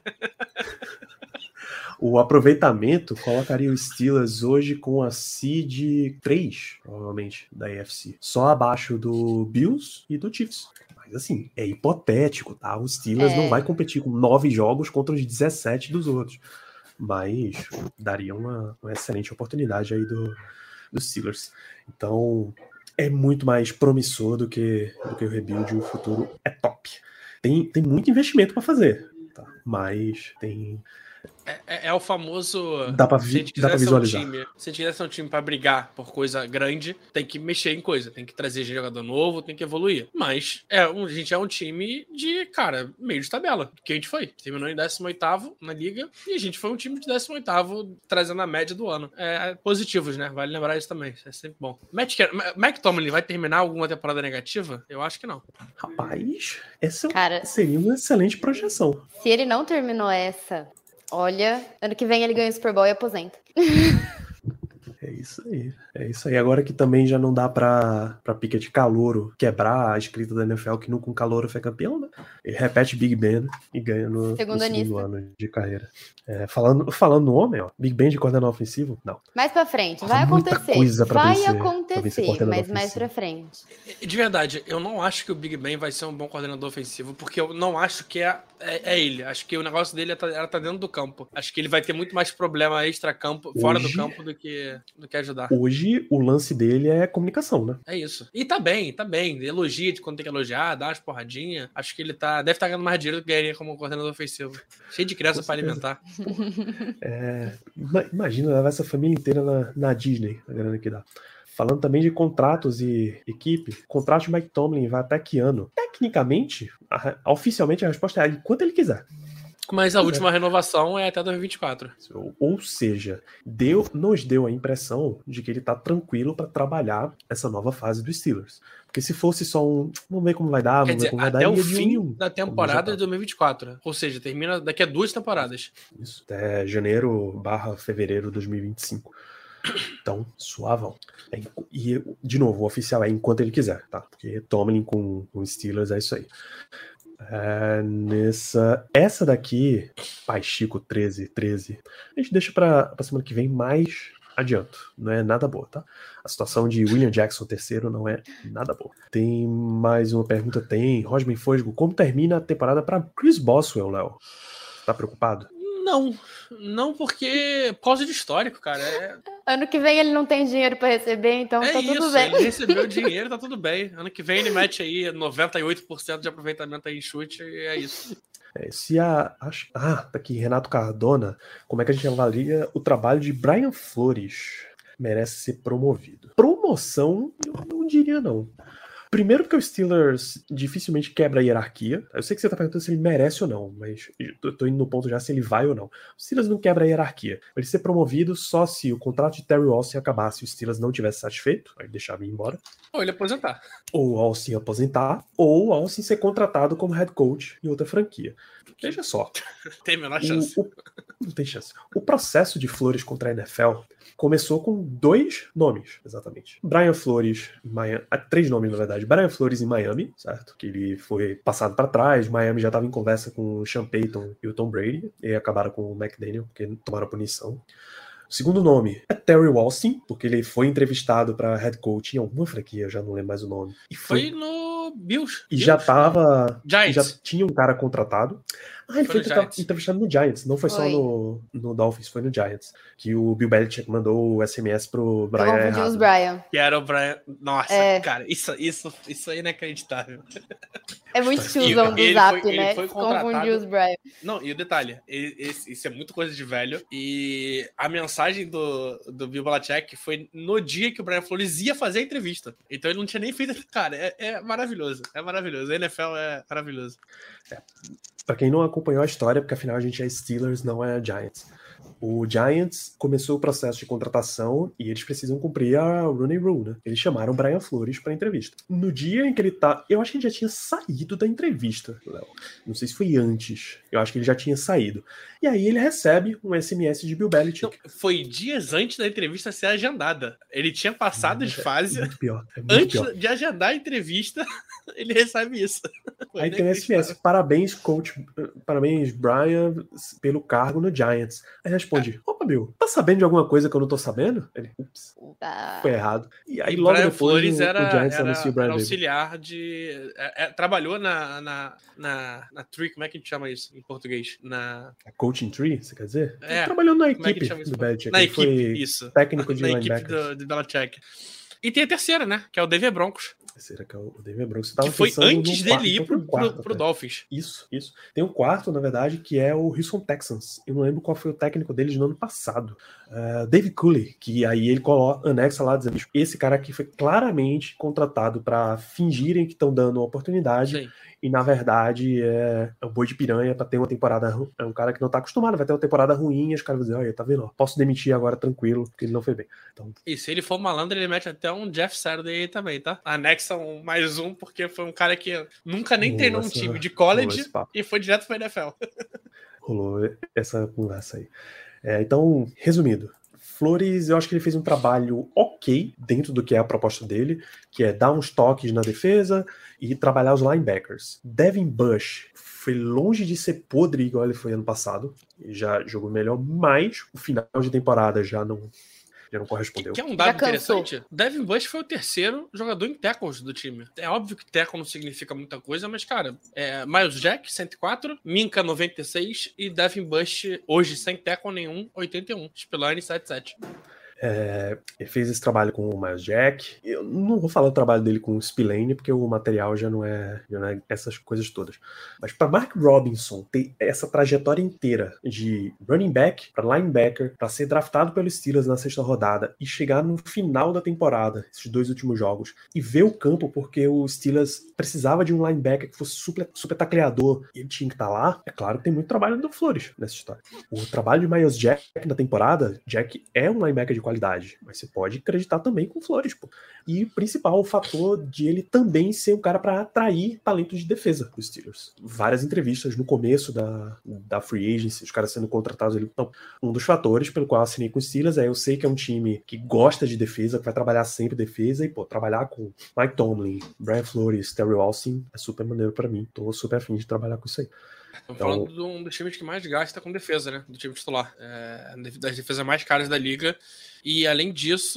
O aproveitamento colocaria o Steelers hoje com a seed 3, provavelmente, da AFC. Só abaixo do Bills e do Chiefs. Mas assim, é hipotético, tá? O Steelers não vai competir com 9 jogos contra os 17 dos outros. Mas daria uma excelente oportunidade aí do Steelers. Então, é muito mais promissor do que o rebuild. O futuro é top. Tem muito investimento para fazer, tá? Mas tem... É o famoso. Dá pra se a gente quiser ser um time, se a gente quiser ser um time pra brigar por coisa grande, tem que mexer em coisa, tem que trazer jogador novo, tem que evoluir. Mas a gente é um time de, cara, meio de tabela. Que a gente foi. Terminou em 18º na liga e a gente foi um time de 18º, trazendo a média do ano. Positivos, né? Vale lembrar isso também. É sempre bom. Mike Tomlin vai terminar alguma temporada negativa? Eu acho que não. Rapaz, essa seria uma excelente projeção. Se ele não terminou essa, olha, ano que vem ele ganha o Super Bowl e aposenta. É isso aí. É isso aí. Agora que também já não dá pra pica de calouro quebrar a escrita da NFL que nunca um calouro foi campeão, né? Ele repete Big Ben e ganha no segundo ano de carreira. Falando no homem, ó, Big Ben de coordenador ofensivo? Não. Mais pra frente, vai acontecer. Vai acontecer, mas mais pra frente. De verdade, eu não acho que o Big Ben vai ser um bom coordenador ofensivo, porque eu não acho que é ele. Acho que o negócio dele é tá dentro do campo. Acho que ele vai ter muito mais problema extra-campo, fora do campo, do que ajudar. Hoje, o lance dele é comunicação, né? É isso. E tá bem. Elogia de quando tem que elogiar, dá umas porradinhas. Acho que ele deve estar ganhando mais dinheiro do que ganharia como coordenador ofensivo. Cheio de criança pra alimentar. Imagina levar essa família inteira na Disney, a grana que dá. Falando também de contratos e equipe, o contrato de Mike Tomlin vai até que ano? Tecnicamente, oficialmente a resposta é enquanto ele quiser. Mas a última renovação é até 2024. Ou seja, nos deu a impressão de que ele tá tranquilo para trabalhar essa nova fase do Steelers. Porque se fosse só vamos ver como vai dar, quer dizer, até o fim da temporada de 2024. Ou seja, termina daqui a 2 temporadas. Isso, até janeiro/fevereiro de 2025. Então, suavão. E, de novo, o oficial é enquanto ele quiser, tá? Porque Tomlin com Steelers é isso aí. Essa daqui, Pai Chico 13, a gente deixa pra semana que vem mais adianto. Não é nada boa, tá? A situação de William Jackson III não é nada boa. Tem mais uma pergunta? Tem. Rosman Fosgo, como termina a temporada pra Chris Boswell, Léo? Tá preocupado? Não, porque por causa de histórico, cara. Ano que vem ele não tem dinheiro pra receber, então tá tudo bem. Ele recebeu dinheiro, tá tudo bem. Ano que vem ele mete aí 98% de aproveitamento aí em chute e é isso. Tá aqui, Renato Cardona. Como é que a gente avalia o trabalho de Brian Flores? Merece ser promovido. Promoção, eu não diria não. Primeiro porque o Steelers dificilmente quebra a hierarquia. Eu sei que você tá perguntando se ele merece ou não, mas eu tô indo no ponto já se ele vai ou não. O Steelers não quebra a hierarquia. Ele ser promovido só se o contrato de Terry Austin acabasse e o Steelers não tivesse satisfeito, aí ele deixava ir embora. Ou ele aposentar. Ou o Austin aposentar, ou o Austin ser contratado como head coach em outra franquia. Veja só. Tem a menor chance. Não tem chance. O processo de Flores contra a NFL começou com 2 nomes, exatamente. Brian Flores, 3 nomes, na verdade. Brian Flores em Miami, certo? Que ele foi passado para trás. Miami já estava em conversa com o Sean Payton e o Tom Brady, e acabaram com o McDaniel, porque tomaram a punição. O segundo nome é Terry Austin, porque ele foi entrevistado para head coach em alguma franquia, já não lembro mais o nome. E foi no Bills. E já tava... Giants. Já tinha um cara contratado. Ele foi entrevistado no Giants, não foi só no Dolphins, foi no Giants. Que o Bill Belichick mandou o SMS pro Brian errado. Brian. Que era o Brian... Nossa, cara, isso é inacreditável. É muito tiozão do Zap, né? Confundiu os Brian. Não, e o detalhe, isso é muito coisa de velho. E a mensagem do Bill Belichick foi no dia que o Brian Flores ia fazer a entrevista. Então ele não tinha nem feito... Cara, é maravilhoso. É maravilhoso. A NFL é maravilhoso. Pra quem não acompanhou a história, porque afinal a gente é Steelers, não é Giants. O Giants começou o processo de contratação e eles precisam cumprir a Rooney Rule, né? Eles chamaram o Brian Flores para entrevista. No dia em que ele tá... Eu acho que ele já tinha saído da entrevista, Léo. Não sei se foi antes. Eu acho que ele já tinha saído. E aí ele recebe um SMS de Bill Belichick. Não, foi dias antes da entrevista ser agendada. Ele tinha passado de fase. É muito pior. É muito Antes pior. de agendar a entrevista, ele recebe isso. Aí tem um SMS. Parabéns, coach. Parabéns, Brian, pelo cargo no Giants. Aí responde: opa, Bill, tá sabendo de alguma coisa que eu não tô sabendo? Ele, ups, foi errado. E aí logo Brian depois Flores o Giants anuncia o Brian era Davis. auxiliar de... trabalhou na Tree, como é que a gente chama isso em português? A coaching tree, você quer dizer? É, Ele trabalhou na como é que equipe chama isso? do Belichick. Na Ele equipe, foi isso. técnico de Na equipe linebackers. do Belichick. E tem a terceira, né? Que é o Denver Broncos. Terceira, que é o Denver Broncos. Que foi antes dele ir pro Dolphins. Isso. Tem um quarto, na verdade, que é o Houston Texans. Eu não lembro qual foi o técnico deles no ano passado. David Culley, que aí ele anexa lá dizendo: esse cara aqui foi claramente contratado para fingirem que estão dando uma oportunidade. Sim. E na verdade é um boi de piranha para ter uma temporada. É um cara que não tá acostumado, vai ter uma temporada ruim. E os caras vão dizer: olha, tá vendo? Posso demitir agora tranquilo, porque ele não foi bem. Então... E se ele for malandro, ele mete até um Jeff Saturday aí também, tá? Anexa mais um, porque foi um cara que nunca nem treinou um time de college e foi direto pra NFL. Rolou essa conversa aí. Então, resumindo, Flores, eu acho que ele fez um trabalho ok dentro do que é a proposta dele, que é dar uns toques na defesa e trabalhar os linebackers. Devin Bush foi longe de ser podre igual ele foi ano passado, ele já jogou melhor, mas o final de temporada já não correspondeu. Que é um dado interessante. Devin Bush foi o terceiro jogador em tackles do time. É óbvio que tackle não significa muita coisa, mas, cara, Miles Jack, 104, Minka, 96 e Devin Bush, hoje sem tackle nenhum, 81. Spillane, 77. Ele fez esse trabalho com o Miles Jack. Eu não vou falar do trabalho dele com o Spillane, porque o material já não é essas coisas todas. Mas para Mark Robinson ter essa trajetória inteira de running back para linebacker, para ser draftado pelos Steelers na 6ª rodada e chegar no final da temporada, esses 2 últimos jogos, e ver o campo porque o Steelers precisava de um linebacker que fosse super tacleador e ele tinha que estar lá, é claro que tem muito trabalho do Flores nessa história. O trabalho de Miles Jack na temporada, Jack é um linebacker de qualidade, mas você pode acreditar também com Flores, pô. E o principal, o fator de ele também ser um cara para atrair talento de defesa dos Steelers. Várias entrevistas no começo da free agency, os caras sendo contratados ali. Então, um dos fatores pelo qual eu assinei com os Steelers eu sei que é um time que gosta de defesa, que vai trabalhar sempre defesa, e pô, trabalhar com Mike Tomlin, Brian Flores, Terry Austin é super maneiro para mim. Tô super afim de trabalhar com isso aí. Estamos falando de um dos times que mais gasta com defesa, né? Do time titular. Das defesas mais caras da liga. E, além disso,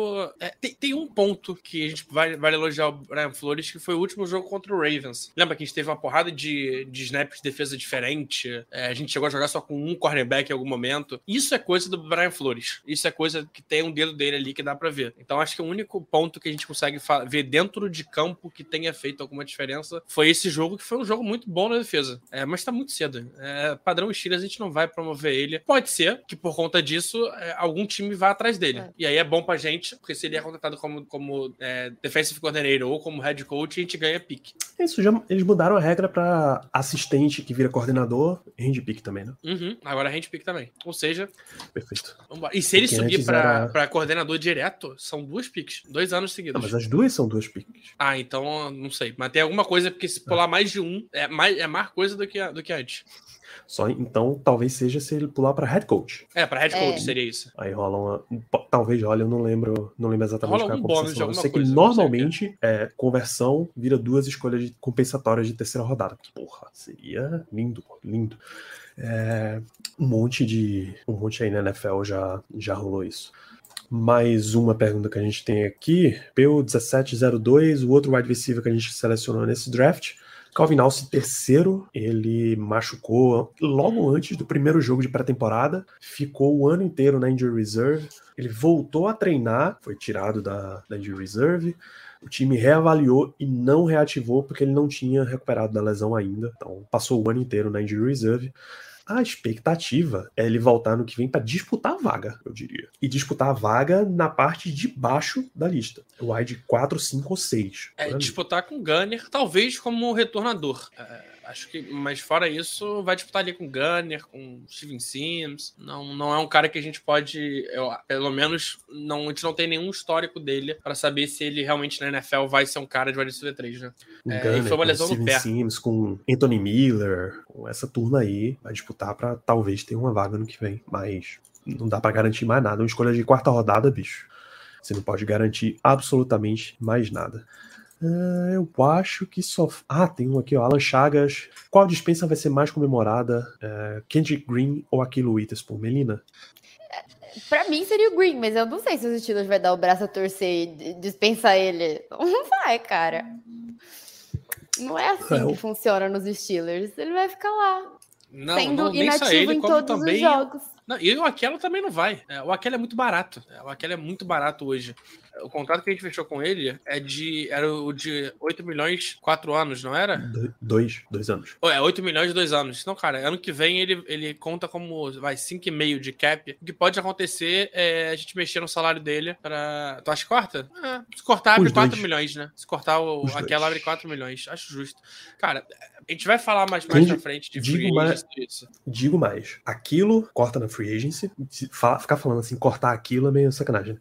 tem um ponto que a gente vai elogiar o Brian Flores, que foi o último jogo contra o Ravens. Lembra que a gente teve uma porrada de snaps de defesa diferente? A gente chegou a jogar só com um cornerback em algum momento. Isso é coisa do Brian Flores. Isso é coisa que tem um dedo dele ali que dá pra ver. Então, acho que o único ponto que a gente consegue ver dentro de campo que tenha feito alguma diferença foi esse jogo, que foi um jogo muito bom na defesa. Mas tá muito cedo. Padrão Steelers, a gente não vai promover ele. Pode ser que, por conta disso, algum time vá atrás dele. E aí é bom pra gente, porque se ele é contratado como defensive coordinator ou como head coach, a gente ganha pick. Isso, eles mudaram a regra pra assistente que vira coordenador, hand pick também, né? Agora hand pick também. Ou seja... Perfeito. E se ele subir pra coordenador direto, são 2 picks. 2 anos seguidos. Mas as 2 são 2 picks. Então, não sei. Mas tem alguma coisa, porque se pular mais de um, é mais coisa do que antes. Só então, talvez seja se ele pular para head coach. Para head coach seria isso. Aí rola talvez, olha, eu não lembro exatamente qual é a conversação. Eu sei que normalmente conversão vira 2 escolhas compensatórias de terceira rodada. Porra, seria lindo. Um monte aí na NFL já rolou isso. Mais uma pergunta que a gente tem aqui. P1702, o outro wide receiver que a gente selecionou nesse draft. Calvin Austin, terceiro, ele machucou logo antes do primeiro jogo de pré-temporada, ficou o ano inteiro na injury reserve, ele voltou a treinar, foi tirado da injury reserve, o time reavaliou e não reativou porque ele não tinha recuperado da lesão ainda, então passou o ano inteiro na injury reserve. A expectativa é ele voltar no que vem para disputar a vaga, eu diria. E disputar a vaga na parte de baixo da lista. O wide 4, 5 ou 6. Disputar com o Gunner, talvez como retornador. Acho que, mas fora isso, vai disputar ali com o Gunner, com o Steven Sims. Não é um cara que a gente pode, pelo menos, a gente não tem nenhum histórico dele para saber se ele realmente na NFL vai ser um cara de wide receiver 3, né? Gunner, e foi uma lesão com no Steven pé. Sims, com Anthony Miller, com essa turma aí, vai disputar para talvez ter uma vaga no que vem, mas não dá para garantir mais nada. Uma escolha de 4ª rodada, bicho. Você não pode garantir absolutamente mais nada. Eu acho que só... tem um aqui, ó, Alan Chagas. Qual dispensa vai ser mais comemorada? Kendrick Green ou Aquilo Witherspoon? Melina? Pra mim seria o Green, mas eu não sei se os Steelers vai dar o braço a torcer e dispensar ele. Não vai, cara. Não é assim que funciona nos Steelers. Ele vai ficar lá, sendo inativo em todos os jogos. Não, e o Aquelo também não vai. O Aquelo é muito barato. O Aquelo é muito barato hoje. O contrato que a gente fechou com ele era o de 8 milhões 4 anos, não era? 2 anos. 8 milhões de 2 anos. Não, cara, ano que vem ele conta como 5,5 de cap. O que pode acontecer é a gente mexer no salário dele pra... Tu acha que corta? Se cortar, abre 4 milhões, né? Se cortar o Aquelo, abre 4 milhões. Acho justo. Cara, a gente vai falar mais pra frente de free agency. Digo mais. Aquilo corta na free agency. Ficar falando assim, cortar aquilo é meio sacanagem.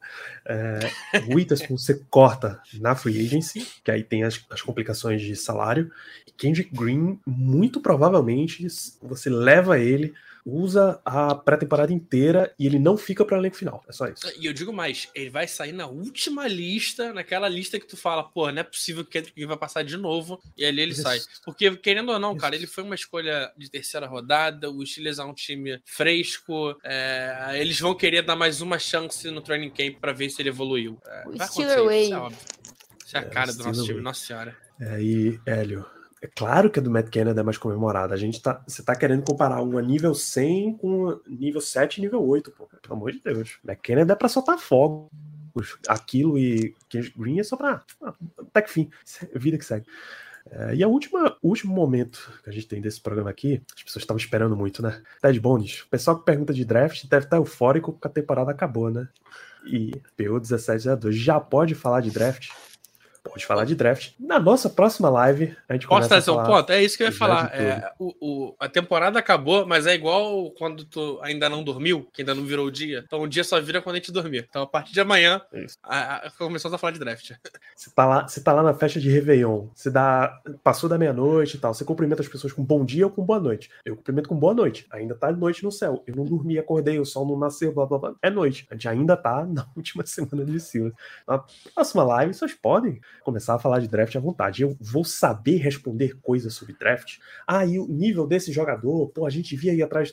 O Witherspoon você corta na free agency, que aí tem as complicações de salário. E Kendrick Green, muito provavelmente, você leva ele, usa a pré-temporada inteira e ele não fica para o elenco final. É só isso. E eu digo mais, ele vai sair na última lista, naquela lista que tu fala, pô, não é possível que o Kendrick Green vai passar de novo, e ali ele sai. Porque, querendo ou não, cara, ele foi uma escolha de 3ª rodada, o Steelers é um time fresco, eles vão querer dar mais uma chance no training camp para ver se ele evoluiu. O Steeler Way. Isso é óbvio. Isso é a cara do nosso time, nossa senhora. E, Hélio, é claro que a do Matt Canada é mais comemorada. Você tá querendo comparar uma nível 100 com nível 7 e nível 8, pô. Pelo amor de Deus. Matt Canada é pra soltar fogo. Aquilo e Kendrick Green é só pra... até que fim. Vida que segue. E o último momento que a gente tem desse programa aqui, as pessoas estavam esperando muito, né? Ted Bones, o pessoal que pergunta de draft deve estar eufórico porque a temporada acabou, né? E PO 1702 já pode falar de draft? Pode falar de draft. Na nossa próxima live, a gente começa a falar... Posso trazer um ponto? É isso que eu ia falar. A temporada acabou, mas é igual quando tu ainda não dormiu, que ainda não virou o dia. Então o dia só vira quando a gente dormir. Então a partir de amanhã, começamos a falar de draft. Você tá lá na festa de Réveillon, passou da meia-noite e tal, você cumprimenta as pessoas com bom dia ou com boa noite. Eu cumprimento com boa noite. Ainda tá noite no céu. Eu não dormi, acordei, o sol não nasceu, blá blá blá. É noite. A gente ainda tá na última semana de Steelers. Na próxima live, vocês podem começar a falar de draft à vontade. Eu vou saber responder coisas sobre draft. E o nível desse jogador, a gente via aí atrás.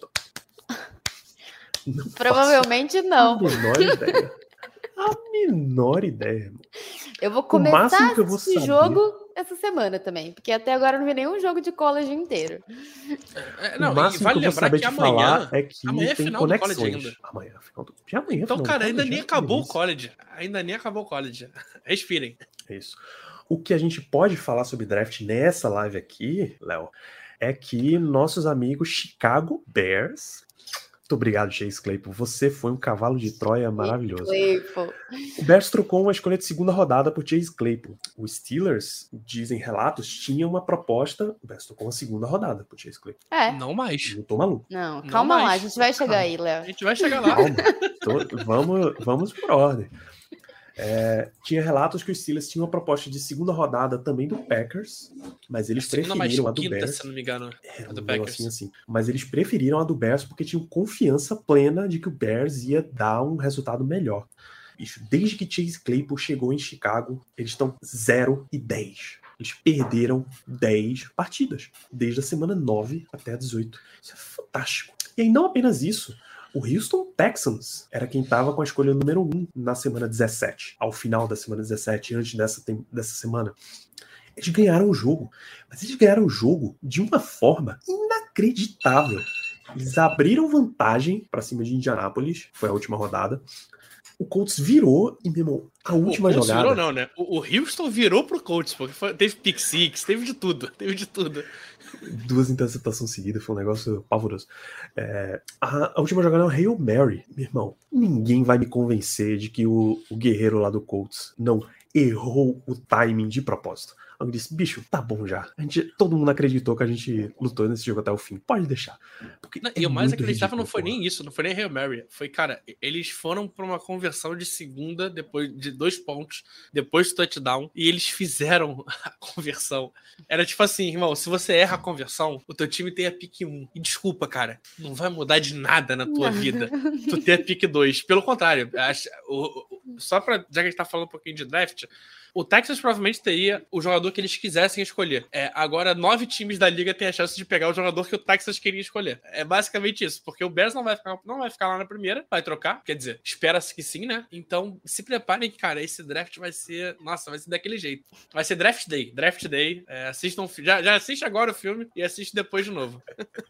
Provavelmente não. A menor ideia, irmão. Eu vou começar esse jogo essa semana também, porque até agora eu não vi nenhum jogo de college inteiro. O máximo que eu vou saber te falar é que amanhã é tem final conexões. do college ainda. Amanhã é final então, cara, ainda nem acabou o college. Respirem. É isso. O que a gente pode falar sobre draft nessa live aqui, Léo, é que nossos amigos Chicago Bears... Muito obrigado, Chase Claypool. Você foi um cavalo de Troia maravilhoso. O Bears trocou uma escolha de 2ª rodada por Chase Claypool. Os Steelers, dizem relatos, tinham uma proposta. O Bears trocou uma 2ª rodada por Chase Claypool. Não mais. Não tô maluco. Não, calma lá, a gente vai chegar aí, Léo. A gente vai chegar lá. Calma. Vamos por ordem. Tinha relatos que os Steelers tinham uma proposta de 2ª rodada também do Packers, mas eles preferiram a do Bears. Se não me engano, a do Packers. Assim. Mas eles preferiram a do Bears porque tinham confiança plena de que o Bears ia dar um resultado melhor. Bicho, desde que Chase Claypool chegou em Chicago, eles estão 0-10. Eles perderam 10 partidas, desde a semana 9 até a 18. Isso é fantástico. E aí não apenas isso, o Houston Texans era quem estava com a escolha número 1 na semana 17. Ao final da semana 17, antes dessa semana. Eles ganharam o jogo. Mas eles ganharam o jogo de uma forma inacreditável. Eles abriram vantagem para cima de Indianápolis. Foi a última rodada. O Colts virou e, meu irmão, a última jogada... Virou não, né? O Houston virou pro Colts, porque teve pick six, teve de tudo. 2 interceptações seguidas, foi um negócio pavoroso. A última jogada é uma Hail Mary, meu irmão. Ninguém vai me convencer de que o guerreiro lá do Colts não errou o timing de propósito. Eu disse, bicho, tá bom já. Todo mundo acreditou que a gente lutou nesse jogo até o fim. Pode deixar. E o mais acreditável não foi nem isso, não foi nem Hail Mary. Foi, cara, eles foram pra uma conversão de segunda, depois de 2 pontos, depois do touchdown, e eles fizeram a conversão. Era tipo assim, irmão, se você erra a conversão, o teu time tem a pick 1. E desculpa, cara, não vai mudar de nada na tua vida tu ter a pick 2. Pelo contrário, só pra, já que a gente tá falando um pouquinho de draft, o Texas provavelmente teria o jogador que eles quisessem escolher. Agora, 9 times da liga têm a chance de pegar o jogador que o Texas queria escolher. É basicamente isso, porque o Bears não vai ficar lá na primeira, vai trocar, quer dizer, espera-se que sim, né? Então, se preparem, cara, esse draft vai ser, nossa, vai ser daquele jeito. Vai ser Draft Day. Assistam, já assiste agora o filme e assiste depois de novo.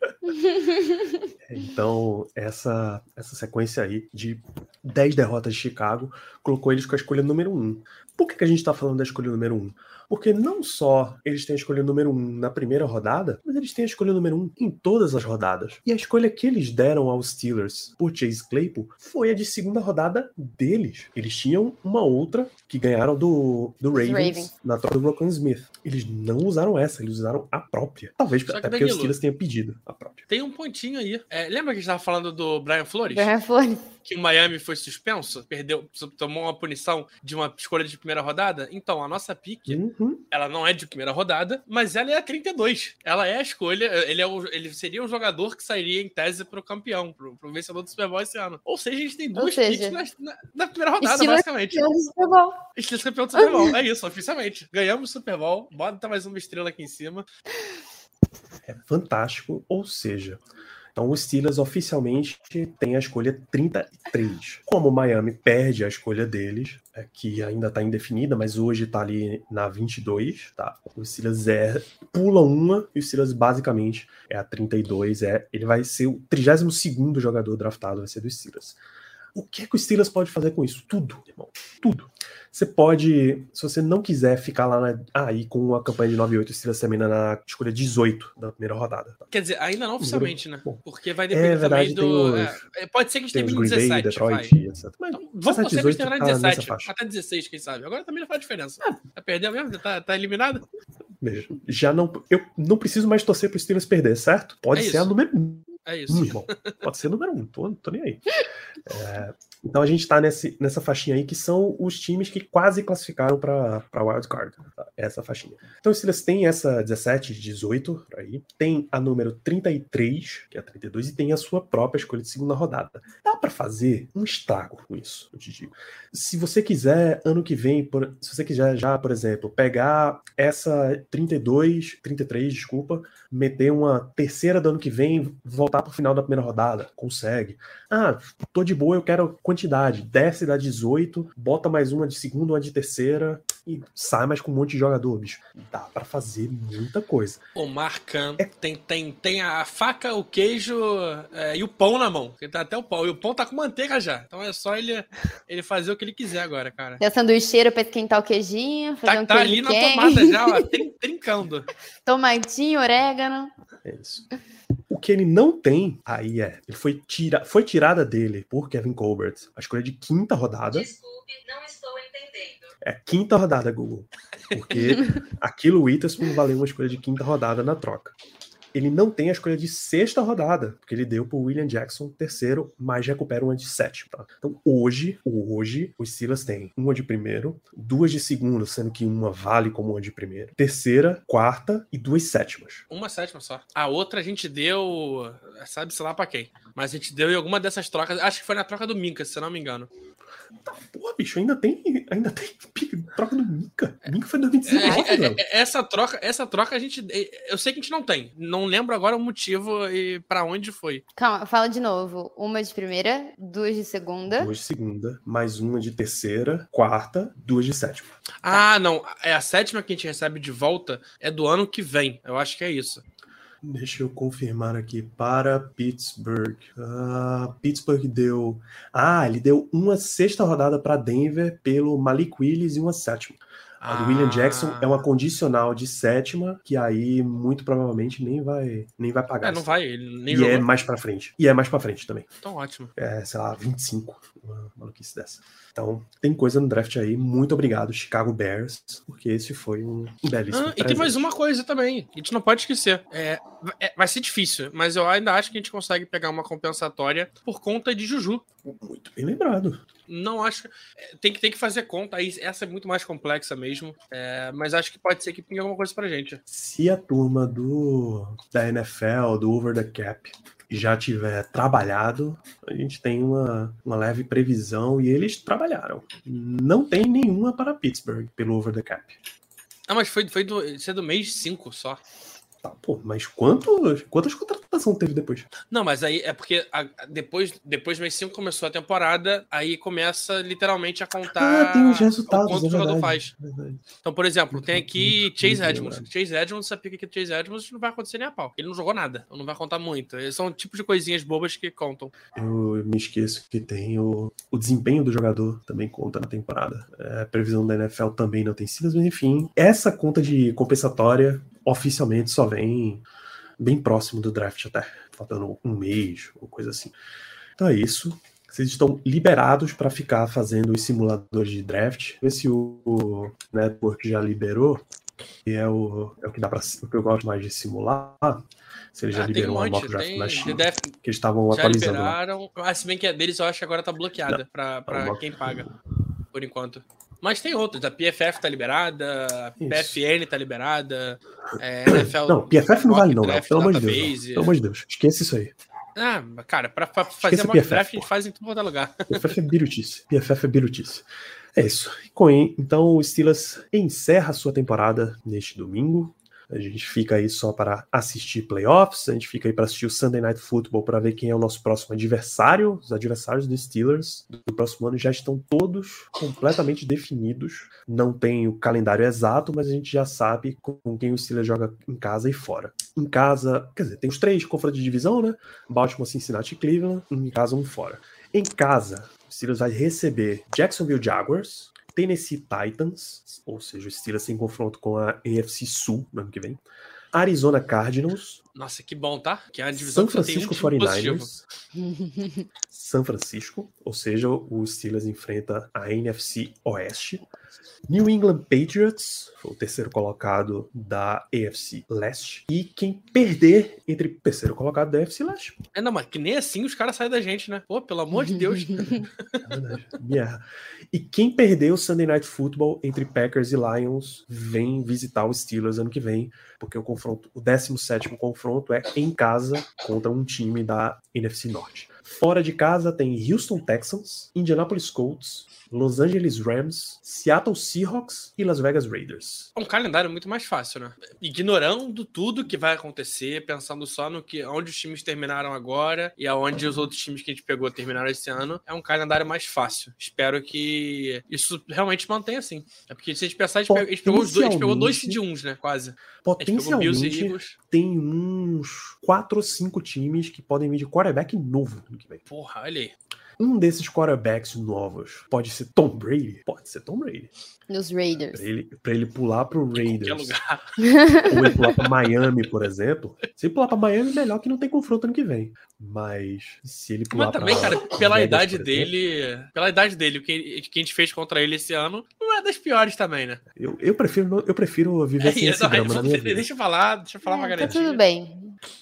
Então, essa sequência aí de 10 derrotas de Chicago colocou eles com a escolha número 1. Por que a gente tá falando da escolha número 1? Porque não só eles têm a escolha número 1 na primeira rodada, mas eles têm a escolha número 1 em todas as rodadas. E a escolha que eles deram aos Steelers por Chase Claypool foi a de segunda rodada deles. Eles tinham uma outra que ganharam do Ravens na troca do Roquan Smith. Eles não usaram essa, eles usaram a própria. Talvez até porque os Steelers tenham pedido a própria. Tem um pontinho aí. Lembra que a gente tava falando do Brian Flores? Brian Flores. Que o Miami foi suspenso, tomou uma punição de uma escolha de primeira rodada. Então, a nossa pick, ela não é de primeira rodada, mas ela é a 32. Ela é a escolha, ele seria o jogador que sairia em tese pro campeão, pro vencedor do Super Bowl esse ano. Ou seja, a gente tem 2 picks na primeira rodada, basicamente. Steelers campeão do Super Bowl. É isso, oficialmente. Ganhamos o Super Bowl, bota mais uma estrela aqui em cima. É fantástico, ou seja... Então, os Steelers oficialmente têm a escolha 33. Como o Miami perde a escolha deles, que ainda está indefinida, mas hoje está ali na 22, tá? Os Steelers pula uma e os Steelers basicamente é a 32. Ele vai ser o 32º jogador draftado, vai ser dos Steelers. O que é que o Steelers pode fazer com isso? Tudo, irmão. Tudo. Você pode, se você não quiser ficar lá aí com a campanha de 9-8, o Steelers termina na escolha 18 da primeira rodada. Tá? Quer dizer, ainda não oficialmente, né? Bom, porque vai depender também do... pode ser que a gente termine em 17. Detroit, etc. Mas então, vamos torcer que a gente terminar em 17. Até 16, quem sabe. Agora também não faz diferença. Perdeu mesmo? Tá eliminado? Veja, eu não preciso mais torcer pro Steelers perder, certo? Pode ser a número 1. É isso. Irmão. Pode ser número 1, tô nem aí. Então a gente tá nessa faixinha aí que são os times que quase classificaram pra wildcard. Tá? Essa faixinha. Então os Steelers têm essa 17, 18, por aí. Tem a número 33, que é a 32, e tem a sua própria escolha de segunda rodada. Dá pra fazer um estrago com isso, eu te digo. Se você quiser, ano que vem, se você quiser já, por exemplo, pegar essa 33, desculpa, meter uma terceira do ano que vem, voltar pro final da primeira rodada, consegue. Tô de boa, eu quero quantidade, desce da 18, bota mais uma de segunda, uma de terceira e sai mais com um monte de jogador, bicho. Dá pra fazer muita coisa. O Marcan tem a faca, o queijo e o pão na mão. Ele tá até o pão. E o pão tá com manteiga já. Então é só ele fazer o que ele quiser agora, cara. Tem a sanduicheira pra esquentar o queijinho. Fazer Tá ali na tomada já, ó, trincando. Tomatinho, orégano. É isso. O que ele não tem, ele foi tirada dele por Kevin Colbert, a escolha de quinta rodada. Desculpe, não estou entendendo. É quinta rodada, Google. Porque aquilo Witherspoon valeu uma escolha de quinta rodada na troca. Ele não tem a escolha de sexta rodada, porque ele deu pro William Jackson terceiro, mas recupera uma de sétimo. Tá? Então hoje, os Steelers têm uma de primeiro, 2 de segundo, sendo que uma vale como uma de primeiro, terceira, quarta e 2 sétimas. Uma sétima só. A outra a gente deu, sabe-se lá pra quem, mas a gente deu em alguma dessas trocas, acho que foi na troca do Minka, se eu não me engano. Tá, porra, bicho, ainda tem troca do Minka. Minka foi 2019, essa troca a gente... Eu sei que a gente não tem. Não lembro agora o motivo e pra onde foi. Calma, fala de novo. Uma de primeira, 2 de segunda. 2 de segunda, mais uma de terceira, quarta, 2 de sétima. Não. É a sétima que a gente recebe de volta é do ano que vem. Eu acho que é isso. Deixa eu confirmar aqui para Pittsburgh. Pittsburgh deu... ele deu uma sexta rodada para Denver pelo Malik Willis e uma sétima. A do William Jackson é uma condicional de 7ª, que aí muito provavelmente nem vai pagar. Não vai, ele nem E jogou. é mais pra frente. E é mais pra frente também. Então, ótimo. Sei lá, 25. Uma maluquice dessa. Então, tem coisa no draft aí. Muito obrigado, Chicago Bears, porque esse foi um belíssimo E tem mais uma coisa também, a gente não pode esquecer. Vai ser difícil, mas eu ainda acho que a gente consegue pegar uma compensatória por conta de Juju. Muito bem lembrado. Não acho. Tem que fazer conta. Aí essa é muito mais complexa mesmo. Mas acho que pode ser que pingue alguma coisa pra gente. Se a turma da NFL, do Over the Cap, já tiver trabalhado, a gente tem uma leve previsão e eles trabalharam. Não tem nenhuma para Pittsburgh pelo Over the Cap. Mas isso é do mês 5 só. Tá, pô, mas quantas contratações teve depois? Não, mas aí é porque depois do mês 5 começou a temporada, aí começa literalmente a contar tem os resultados, o quanto o jogador faz. Verdade. Então, por exemplo, tem aqui Chase muito Edmonds. lembrado. Chase Edmonds, sabia que Chase Edmonds não vai acontecer nem a pau. Ele não jogou nada, então não vai contar muito. São o tipo de coisinhas bobas que contam. Eu me esqueço que tem o desempenho do jogador também conta na temporada. A previsão da NFL também não tem sido, mas enfim, essa conta de compensatória oficialmente só vem bem próximo do draft até, faltando um mês ou coisa assim. Então é isso. Vocês estão liberados para ficar fazendo os simuladores de draft. Ver se o Network já liberou, que é o que dá para o que eu gosto mais de simular. Se ele já liberou uma mock draft na China, que eles estavam já atualizando liberaram. lá. Se bem que a deles eu acho que agora tá bloqueada para quem paga, por enquanto. Mas tem outros, a PFF tá liberada, a PFN tá liberada, NFL... Não, PFF não vale não, pelo amor de Deus. Database. Não. Pelo amor de Deus, esqueça isso aí. Cara, pra fazer mock draft a gente faz em todo lugar. PFF é birutice. PFF é birutice. É isso. Então o Steelers encerra a sua temporada neste domingo. A gente fica aí só para assistir playoffs, a gente fica aí para assistir o Sunday Night Football para ver quem é o nosso próximo adversário. Os adversários dos Steelers do próximo ano já estão todos completamente definidos. Não tem o calendário exato, mas a gente já sabe com quem o Steelers joga em casa e fora. Em casa, quer dizer, tem os 3 confrontos de divisão, né? Baltimore, Cincinnati e Cleveland. Em casa, um fora. Em casa, o Steelers vai receber Jacksonville Jaguars, Tennessee Titans, ou seja, o Steelers em confronto com a AFC Sul no ano que vem, Arizona Cardinals, Nossa, que bom, tá? Que é a divisão San Francisco que tem 49ers, San Francisco, ou seja, o Steelers enfrenta a NFC Oeste, New England Patriots, foi o terceiro colocado da AFC Leste, e quem perder entre o terceiro colocado da AFC Leste. Não, mas que nem assim os caras saem da gente, né? Pô, pelo amor de Deus. É verdade. Yeah. E quem perder o Sunday Night Football entre Packers e Lions vem visitar os Steelers ano que vem, porque o 17º confronto é em casa contra um time da NFC Norte. Fora de casa tem Houston Texans, Indianapolis Colts, Los Angeles Rams, Seattle Seahawks e Las Vegas Raiders. É um calendário muito mais fácil, né? Ignorando tudo que vai acontecer, pensando só no que onde os times terminaram agora e aonde os outros times que a gente pegou terminaram esse ano, é um calendário mais fácil. Espero que isso realmente mantenha assim. É porque se a gente pensar, a gente pegou 2 seed 1s, né? Quase. Potencialmente tem uns 4 ou 5 times que podem vir de quarterback novo no que vem. Porra, olha aí. Um desses quarterbacks novos pode ser Tom Brady? Pode ser Tom Brady. Nos Raiders. Pra ele pular pro Raiders. Em qualquer lugar. Ou ele pular pra Miami, por exemplo. Se ele pular pra Miami, melhor que não tem confronto ano que vem. Mas se ele pular Mas também, pra cara, pela Vegas, idade por dele, o que a gente fez contra ele esse ano, não é das piores também, né? Eu prefiro viver sem esse drama na minha vida. Deixa eu falar uma Tá garantia. tudo bem.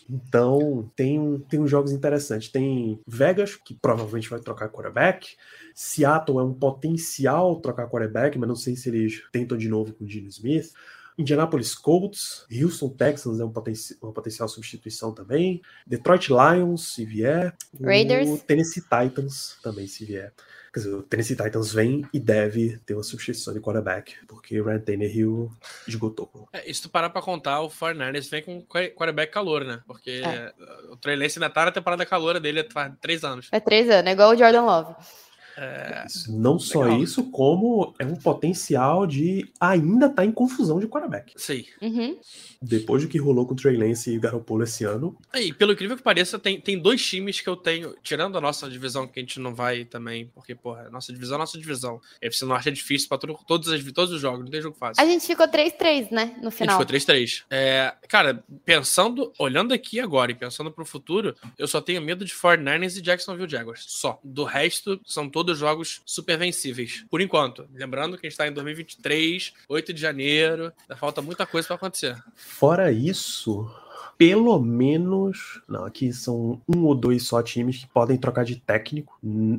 Então, tem uns jogos interessantes. Tem Vegas, que provavelmente vai trocar quarterback. Seattle é um potencial trocar quarterback, mas não sei se eles tentam de novo com o Geno Smith. Indianapolis Colts, Houston Texans é uma potencial substituição também. Detroit Lions, se vier. Raiders. O Tennessee Titans também, se vier. Quer dizer, o Tennessee Titans vem e deve ter uma substituição de quarterback, porque o Ryan Tannehill esgotou. Se tu parar pra contar, o 49ers vem com quarterback calor, né? Porque o Trey Lance ainda tá na temporada calor dele faz 3 anos. É 3 anos, é igual o Jordan Love. Não só legal. isso, como é um potencial de ainda estar em confusão de quarterback. Sim. Uhum. Depois do que rolou com o Trey Lance e o Garoppolo esse ano. E pelo incrível que pareça, tem 2 times que eu tenho, tirando a nossa divisão, que a gente não vai também, porque, porra, a nossa divisão é a nossa divisão. A FC Norte é difícil pra todos os jogos, não tem jogo fácil. A gente ficou 3-3, né? No A gente final. ficou 3-3. Cara, olhando aqui agora e pensando pro futuro, eu só tenho medo de 49ers e Jacksonville Jaguars. Só. Do resto, são todos jogos super vencíveis. Por enquanto. Lembrando que a gente tá em 2023, 8 de janeiro. Ainda falta muita coisa pra acontecer. Fora isso, pelo menos... Não, aqui são 1 ou 2 só times que podem trocar de técnico.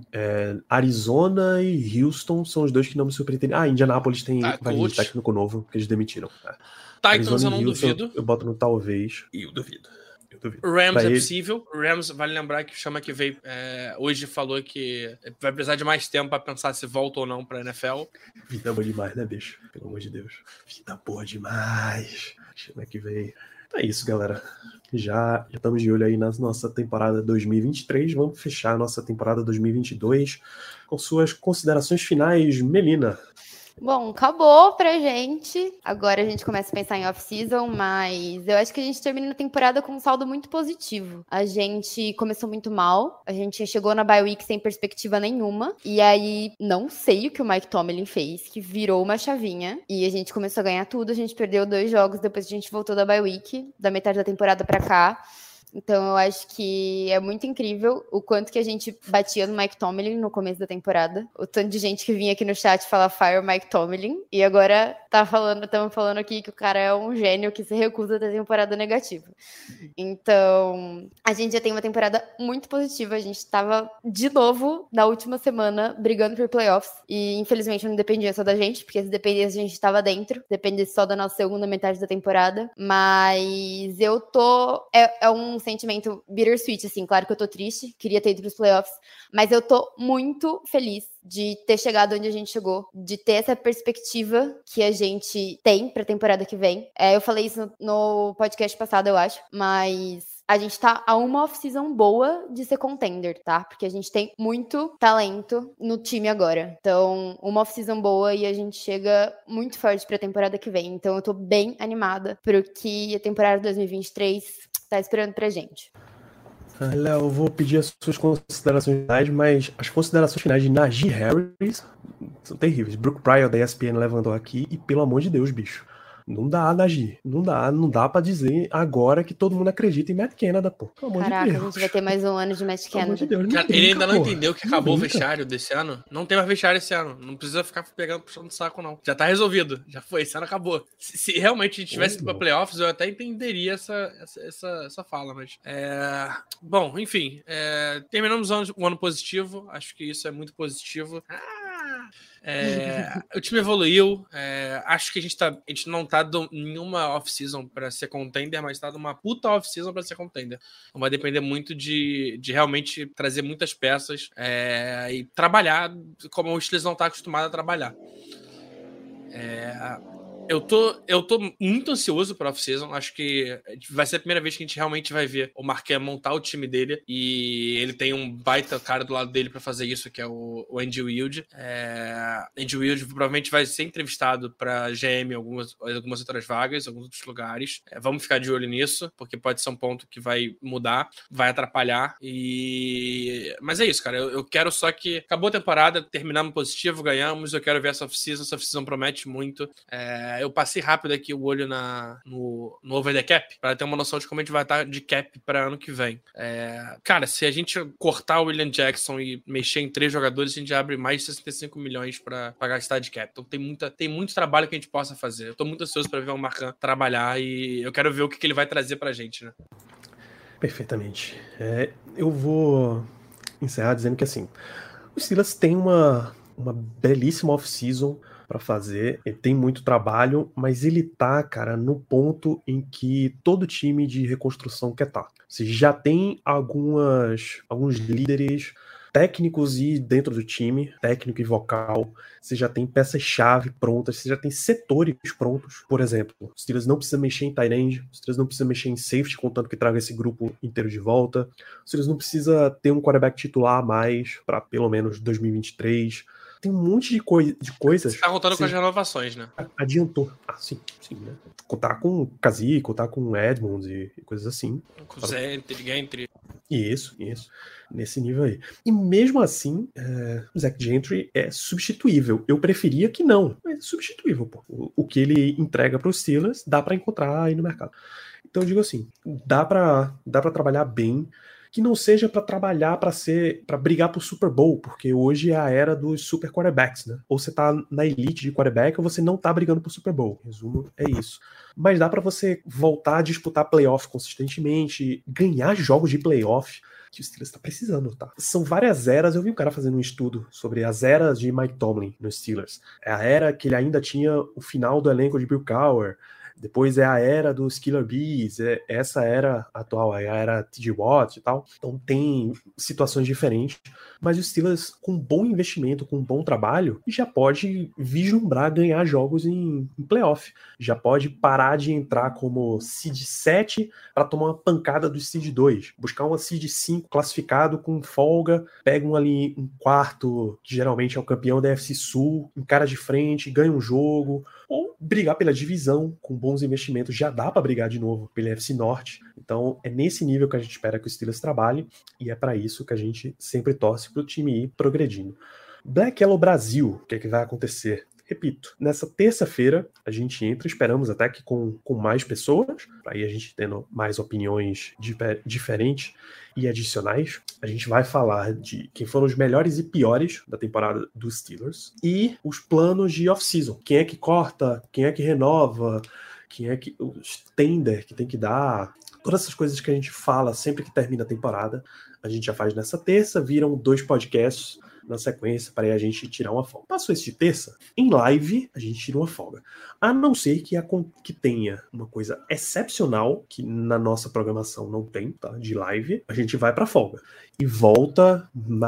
Arizona e Houston são os 2 que não me surpreendem. Indianapolis vai vir de técnico novo, que eles demitiram. Titans eu não duvido. Eu boto no talvez. E eu duvido. Rams é possível. Rams, vale lembrar que chama que veio hoje falou que vai precisar de mais tempo pra pensar se volta ou não pra NFL. Vida boa demais, né, bicho? Pelo amor de Deus. Vida boa demais. Chama que veio. É isso, galera. Já estamos de olho aí na nossa temporada 2023. Vamos fechar a nossa temporada 2022 com suas considerações finais, Melina. Bom, acabou pra gente. Agora a gente começa a pensar em off-season, mas eu acho que a gente termina a temporada com um saldo muito positivo. A gente começou muito mal, a gente chegou na bye week sem perspectiva nenhuma, e aí não sei o que o Mike Tomlin fez, que virou uma chavinha, e a gente começou a ganhar tudo, a gente perdeu 2 jogos depois que a gente voltou da bye week, da metade da temporada pra cá. Então eu acho que é muito incrível o quanto que a gente batia no Mike Tomlin no começo da temporada. O tanto de gente que vinha aqui no chat falar Fire Mike Tomlin. E agora estamos falando aqui que o cara é um gênio que se recusa a ter temporada negativa. Então a gente já tem uma temporada muito positiva. A gente estava de novo na última semana brigando por playoffs. E infelizmente não dependia só da gente, porque se dependesse a gente estava dentro. Dependesse só da nossa segunda metade da temporada. Mas eu tô... É um sentimento bittersweet, assim. Claro que eu tô triste, queria ter ido pros playoffs, mas eu tô muito feliz de ter chegado onde a gente chegou, de ter essa perspectiva que a gente tem pra temporada que vem. Eu falei isso no podcast passado, eu acho, mas a gente tá a uma off-season boa de ser contender, tá? Porque a gente tem muito talento no time agora. Então, uma off-season boa e a gente chega muito forte pra temporada que vem. Então, eu tô bem animada pro que a temporada 2023 tá esperando pra gente. Léo, eu vou pedir as suas considerações finais, mas as considerações finais de Najee Harris são terríveis. Brooke Pryor da ESPN levantou aqui e, pelo amor de Deus, bicho, não dá, Najee. Não dá pra dizer agora que todo mundo acredita em Matt Canada, pô. Pelo amor Caraca, de Deus. a gente vai ter mais um ano de Matt Pelo amor de Canada. Deus, Cara, brinca, ele ainda não porra. entendeu que acabou o brinca. vestiário desse ano. Não tem mais vestiário esse ano. Não precisa ficar puxando o saco, não. Já tá resolvido. Já foi. Esse ano acabou. Se realmente a gente tivesse ido pra playoffs, eu até entenderia essa fala, mas... Bom, enfim. Terminamos o ano positivo. Acho que isso é muito positivo. O time evoluiu. Acho que a gente não tá em nenhuma off-season pra ser contender, mas tá numa puta off-season pra ser contender. Então vai depender muito de realmente trazer muitas peças e trabalhar como o Steelers não tá acostumado a trabalhar. Eu tô muito ansioso pra off-season. Acho que vai ser a primeira vez que a gente realmente vai ver o Marquette montar o time dele. E ele tem um baita cara do lado dele pra fazer isso, que é o Andy Wilde. Andy Wilde provavelmente vai ser entrevistado pra GM em algumas outras vagas, em alguns outros lugares. Vamos ficar de olho nisso, porque pode ser um ponto que vai mudar, vai atrapalhar. Mas é isso, cara. Eu quero só que... Acabou a temporada, terminamos positivo, ganhamos. Eu quero ver essa off-season. Essa off-season promete muito. Eu passei rápido aqui o olho no over the cap para ter uma noção de como a gente vai estar de cap para ano que vem. Cara, se a gente cortar o William Jackson e mexer em 3 jogadores, a gente abre mais de 65 milhões para gastar de cap. Então tem muito trabalho que a gente possa fazer. Eu tô muito ansioso para ver o Marquette trabalhar e eu quero ver o que ele vai trazer pra gente, né? Perfeitamente. Eu vou encerrar dizendo que, assim, o Steelers tem uma belíssima off-season para fazer, ele tem muito trabalho, mas ele tá, cara, no ponto em que todo time de reconstrução quer estar. Você já tem alguns líderes técnicos e dentro do time, técnico e vocal, você já tem peças-chave prontas, você já tem setores prontos. Por exemplo, os Steelers não precisam mexer em tight end, os Steelers não precisam mexer em safety, contanto que traga esse grupo inteiro de volta. Os Steelers não precisam ter um quarterback titular a mais para pelo menos 2023. Tem um monte de coisas. Você tá contando com as renovações, né? Adiantou. Sim, né? Contar com o Kazi, contar com o Edmonds e coisas assim. Com o Gentry. Isso. Nesse nível aí. E mesmo assim, o Zach Gentry é substituível. Eu preferia que não, mas é substituível, pô. O que ele entrega para os Steelers, dá para encontrar aí no mercado. Então eu digo assim, dá para trabalhar bem, que não seja para trabalhar para brigar pro Super Bowl, porque hoje é a era dos super quarterbacks, né? Ou você tá na elite de quarterback ou você não tá brigando pro Super Bowl. Resumo, é isso. Mas dá para você voltar a disputar playoff consistentemente, ganhar jogos de playoff, que o Steelers tá precisando, tá? São várias eras. Eu vi um cara fazendo um estudo sobre as eras de Mike Tomlin nos Steelers. É a era que ele ainda tinha o final do elenco de Bill Cowher. Depois é a era dos Killer Bees, essa era atual, é a era T.J. Watt e tal. Então tem situações diferentes, mas o Steelers, com bom investimento, com bom trabalho, já pode vislumbrar ganhar jogos em playoff. Já pode parar de entrar como seed 7 para tomar uma pancada do seed 2. Buscar uma seed 5 classificado com folga, pega ali um quarto, que geralmente é o campeão da NFC Sul, encara de frente, ganha um jogo, ou brigar pela divisão com bons investimentos, já dá para brigar de novo pela NFC Norte. Então é nesse nível que a gente espera que o Steelers trabalhe, e é para isso que a gente sempre torce para o time ir progredindo. Black Yellow Brasil, o que é que vai acontecer? Repito, nessa terça-feira a gente entra, esperamos até que com mais pessoas, aí a gente tendo mais opiniões diferentes e adicionais. A gente vai falar de quem foram os melhores e piores da temporada dos Steelers e os planos de off-season. Quem é que corta, quem é que renova, quem é que o tender que tem que dar. Todas essas coisas que a gente fala sempre que termina a temporada, a gente já faz nessa terça, viram 2 podcasts na sequência para a gente tirar uma folga. Passou esse de terça, em live a gente tira uma folga. A não ser que tenha uma coisa excepcional, que na nossa programação não tem, tá? De live, a gente vai para folga. E volta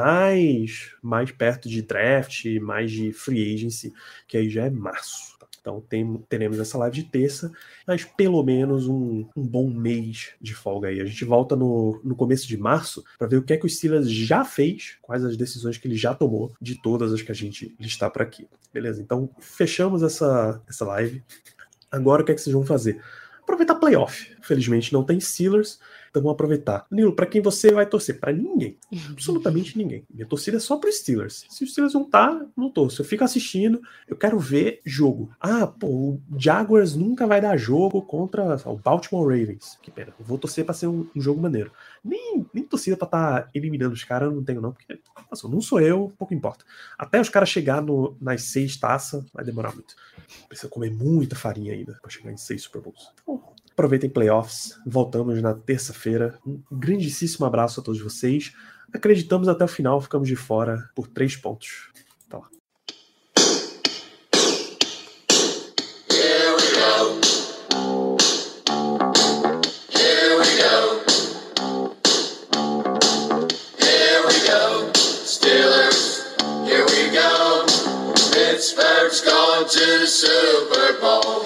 mais perto de draft, mais de free agency, que aí já é março. Então teremos essa live de terça, mas pelo menos um bom mês de folga aí. A gente volta no começo de março para ver o que é que o Steelers já fez, quais as decisões que ele já tomou de todas as que a gente listar por aqui. Beleza? Então fechamos essa live. Agora o que é que vocês vão fazer? Aproveitar playoff. Felizmente não tem Steelers, então vamos aproveitar. Nilo, para quem você vai torcer? Para ninguém. Absolutamente ninguém. Minha torcida é só para os Steelers. Se os Steelers não tá, não torço. Eu fico assistindo, eu quero ver jogo. O Jaguars nunca vai dar jogo contra o Baltimore Ravens. Que pena. Eu vou torcer para ser um jogo maneiro. Nem torcida para estar eliminando os caras, eu não tenho não, porque não sou eu, pouco importa. Até os caras chegar nas 6 taças, vai demorar muito. Precisa comer muita farinha ainda para chegar em 6 Super Bowls. Aproveitem playoffs, voltamos na terça-feira. Um grandíssimo abraço a todos vocês. Acreditamos até o final, ficamos de fora por 3 pontos. Tá lá. Here we go. Here we go. Here we go. Steelers, here we go. Pittsburgh's going to the Super Bowl.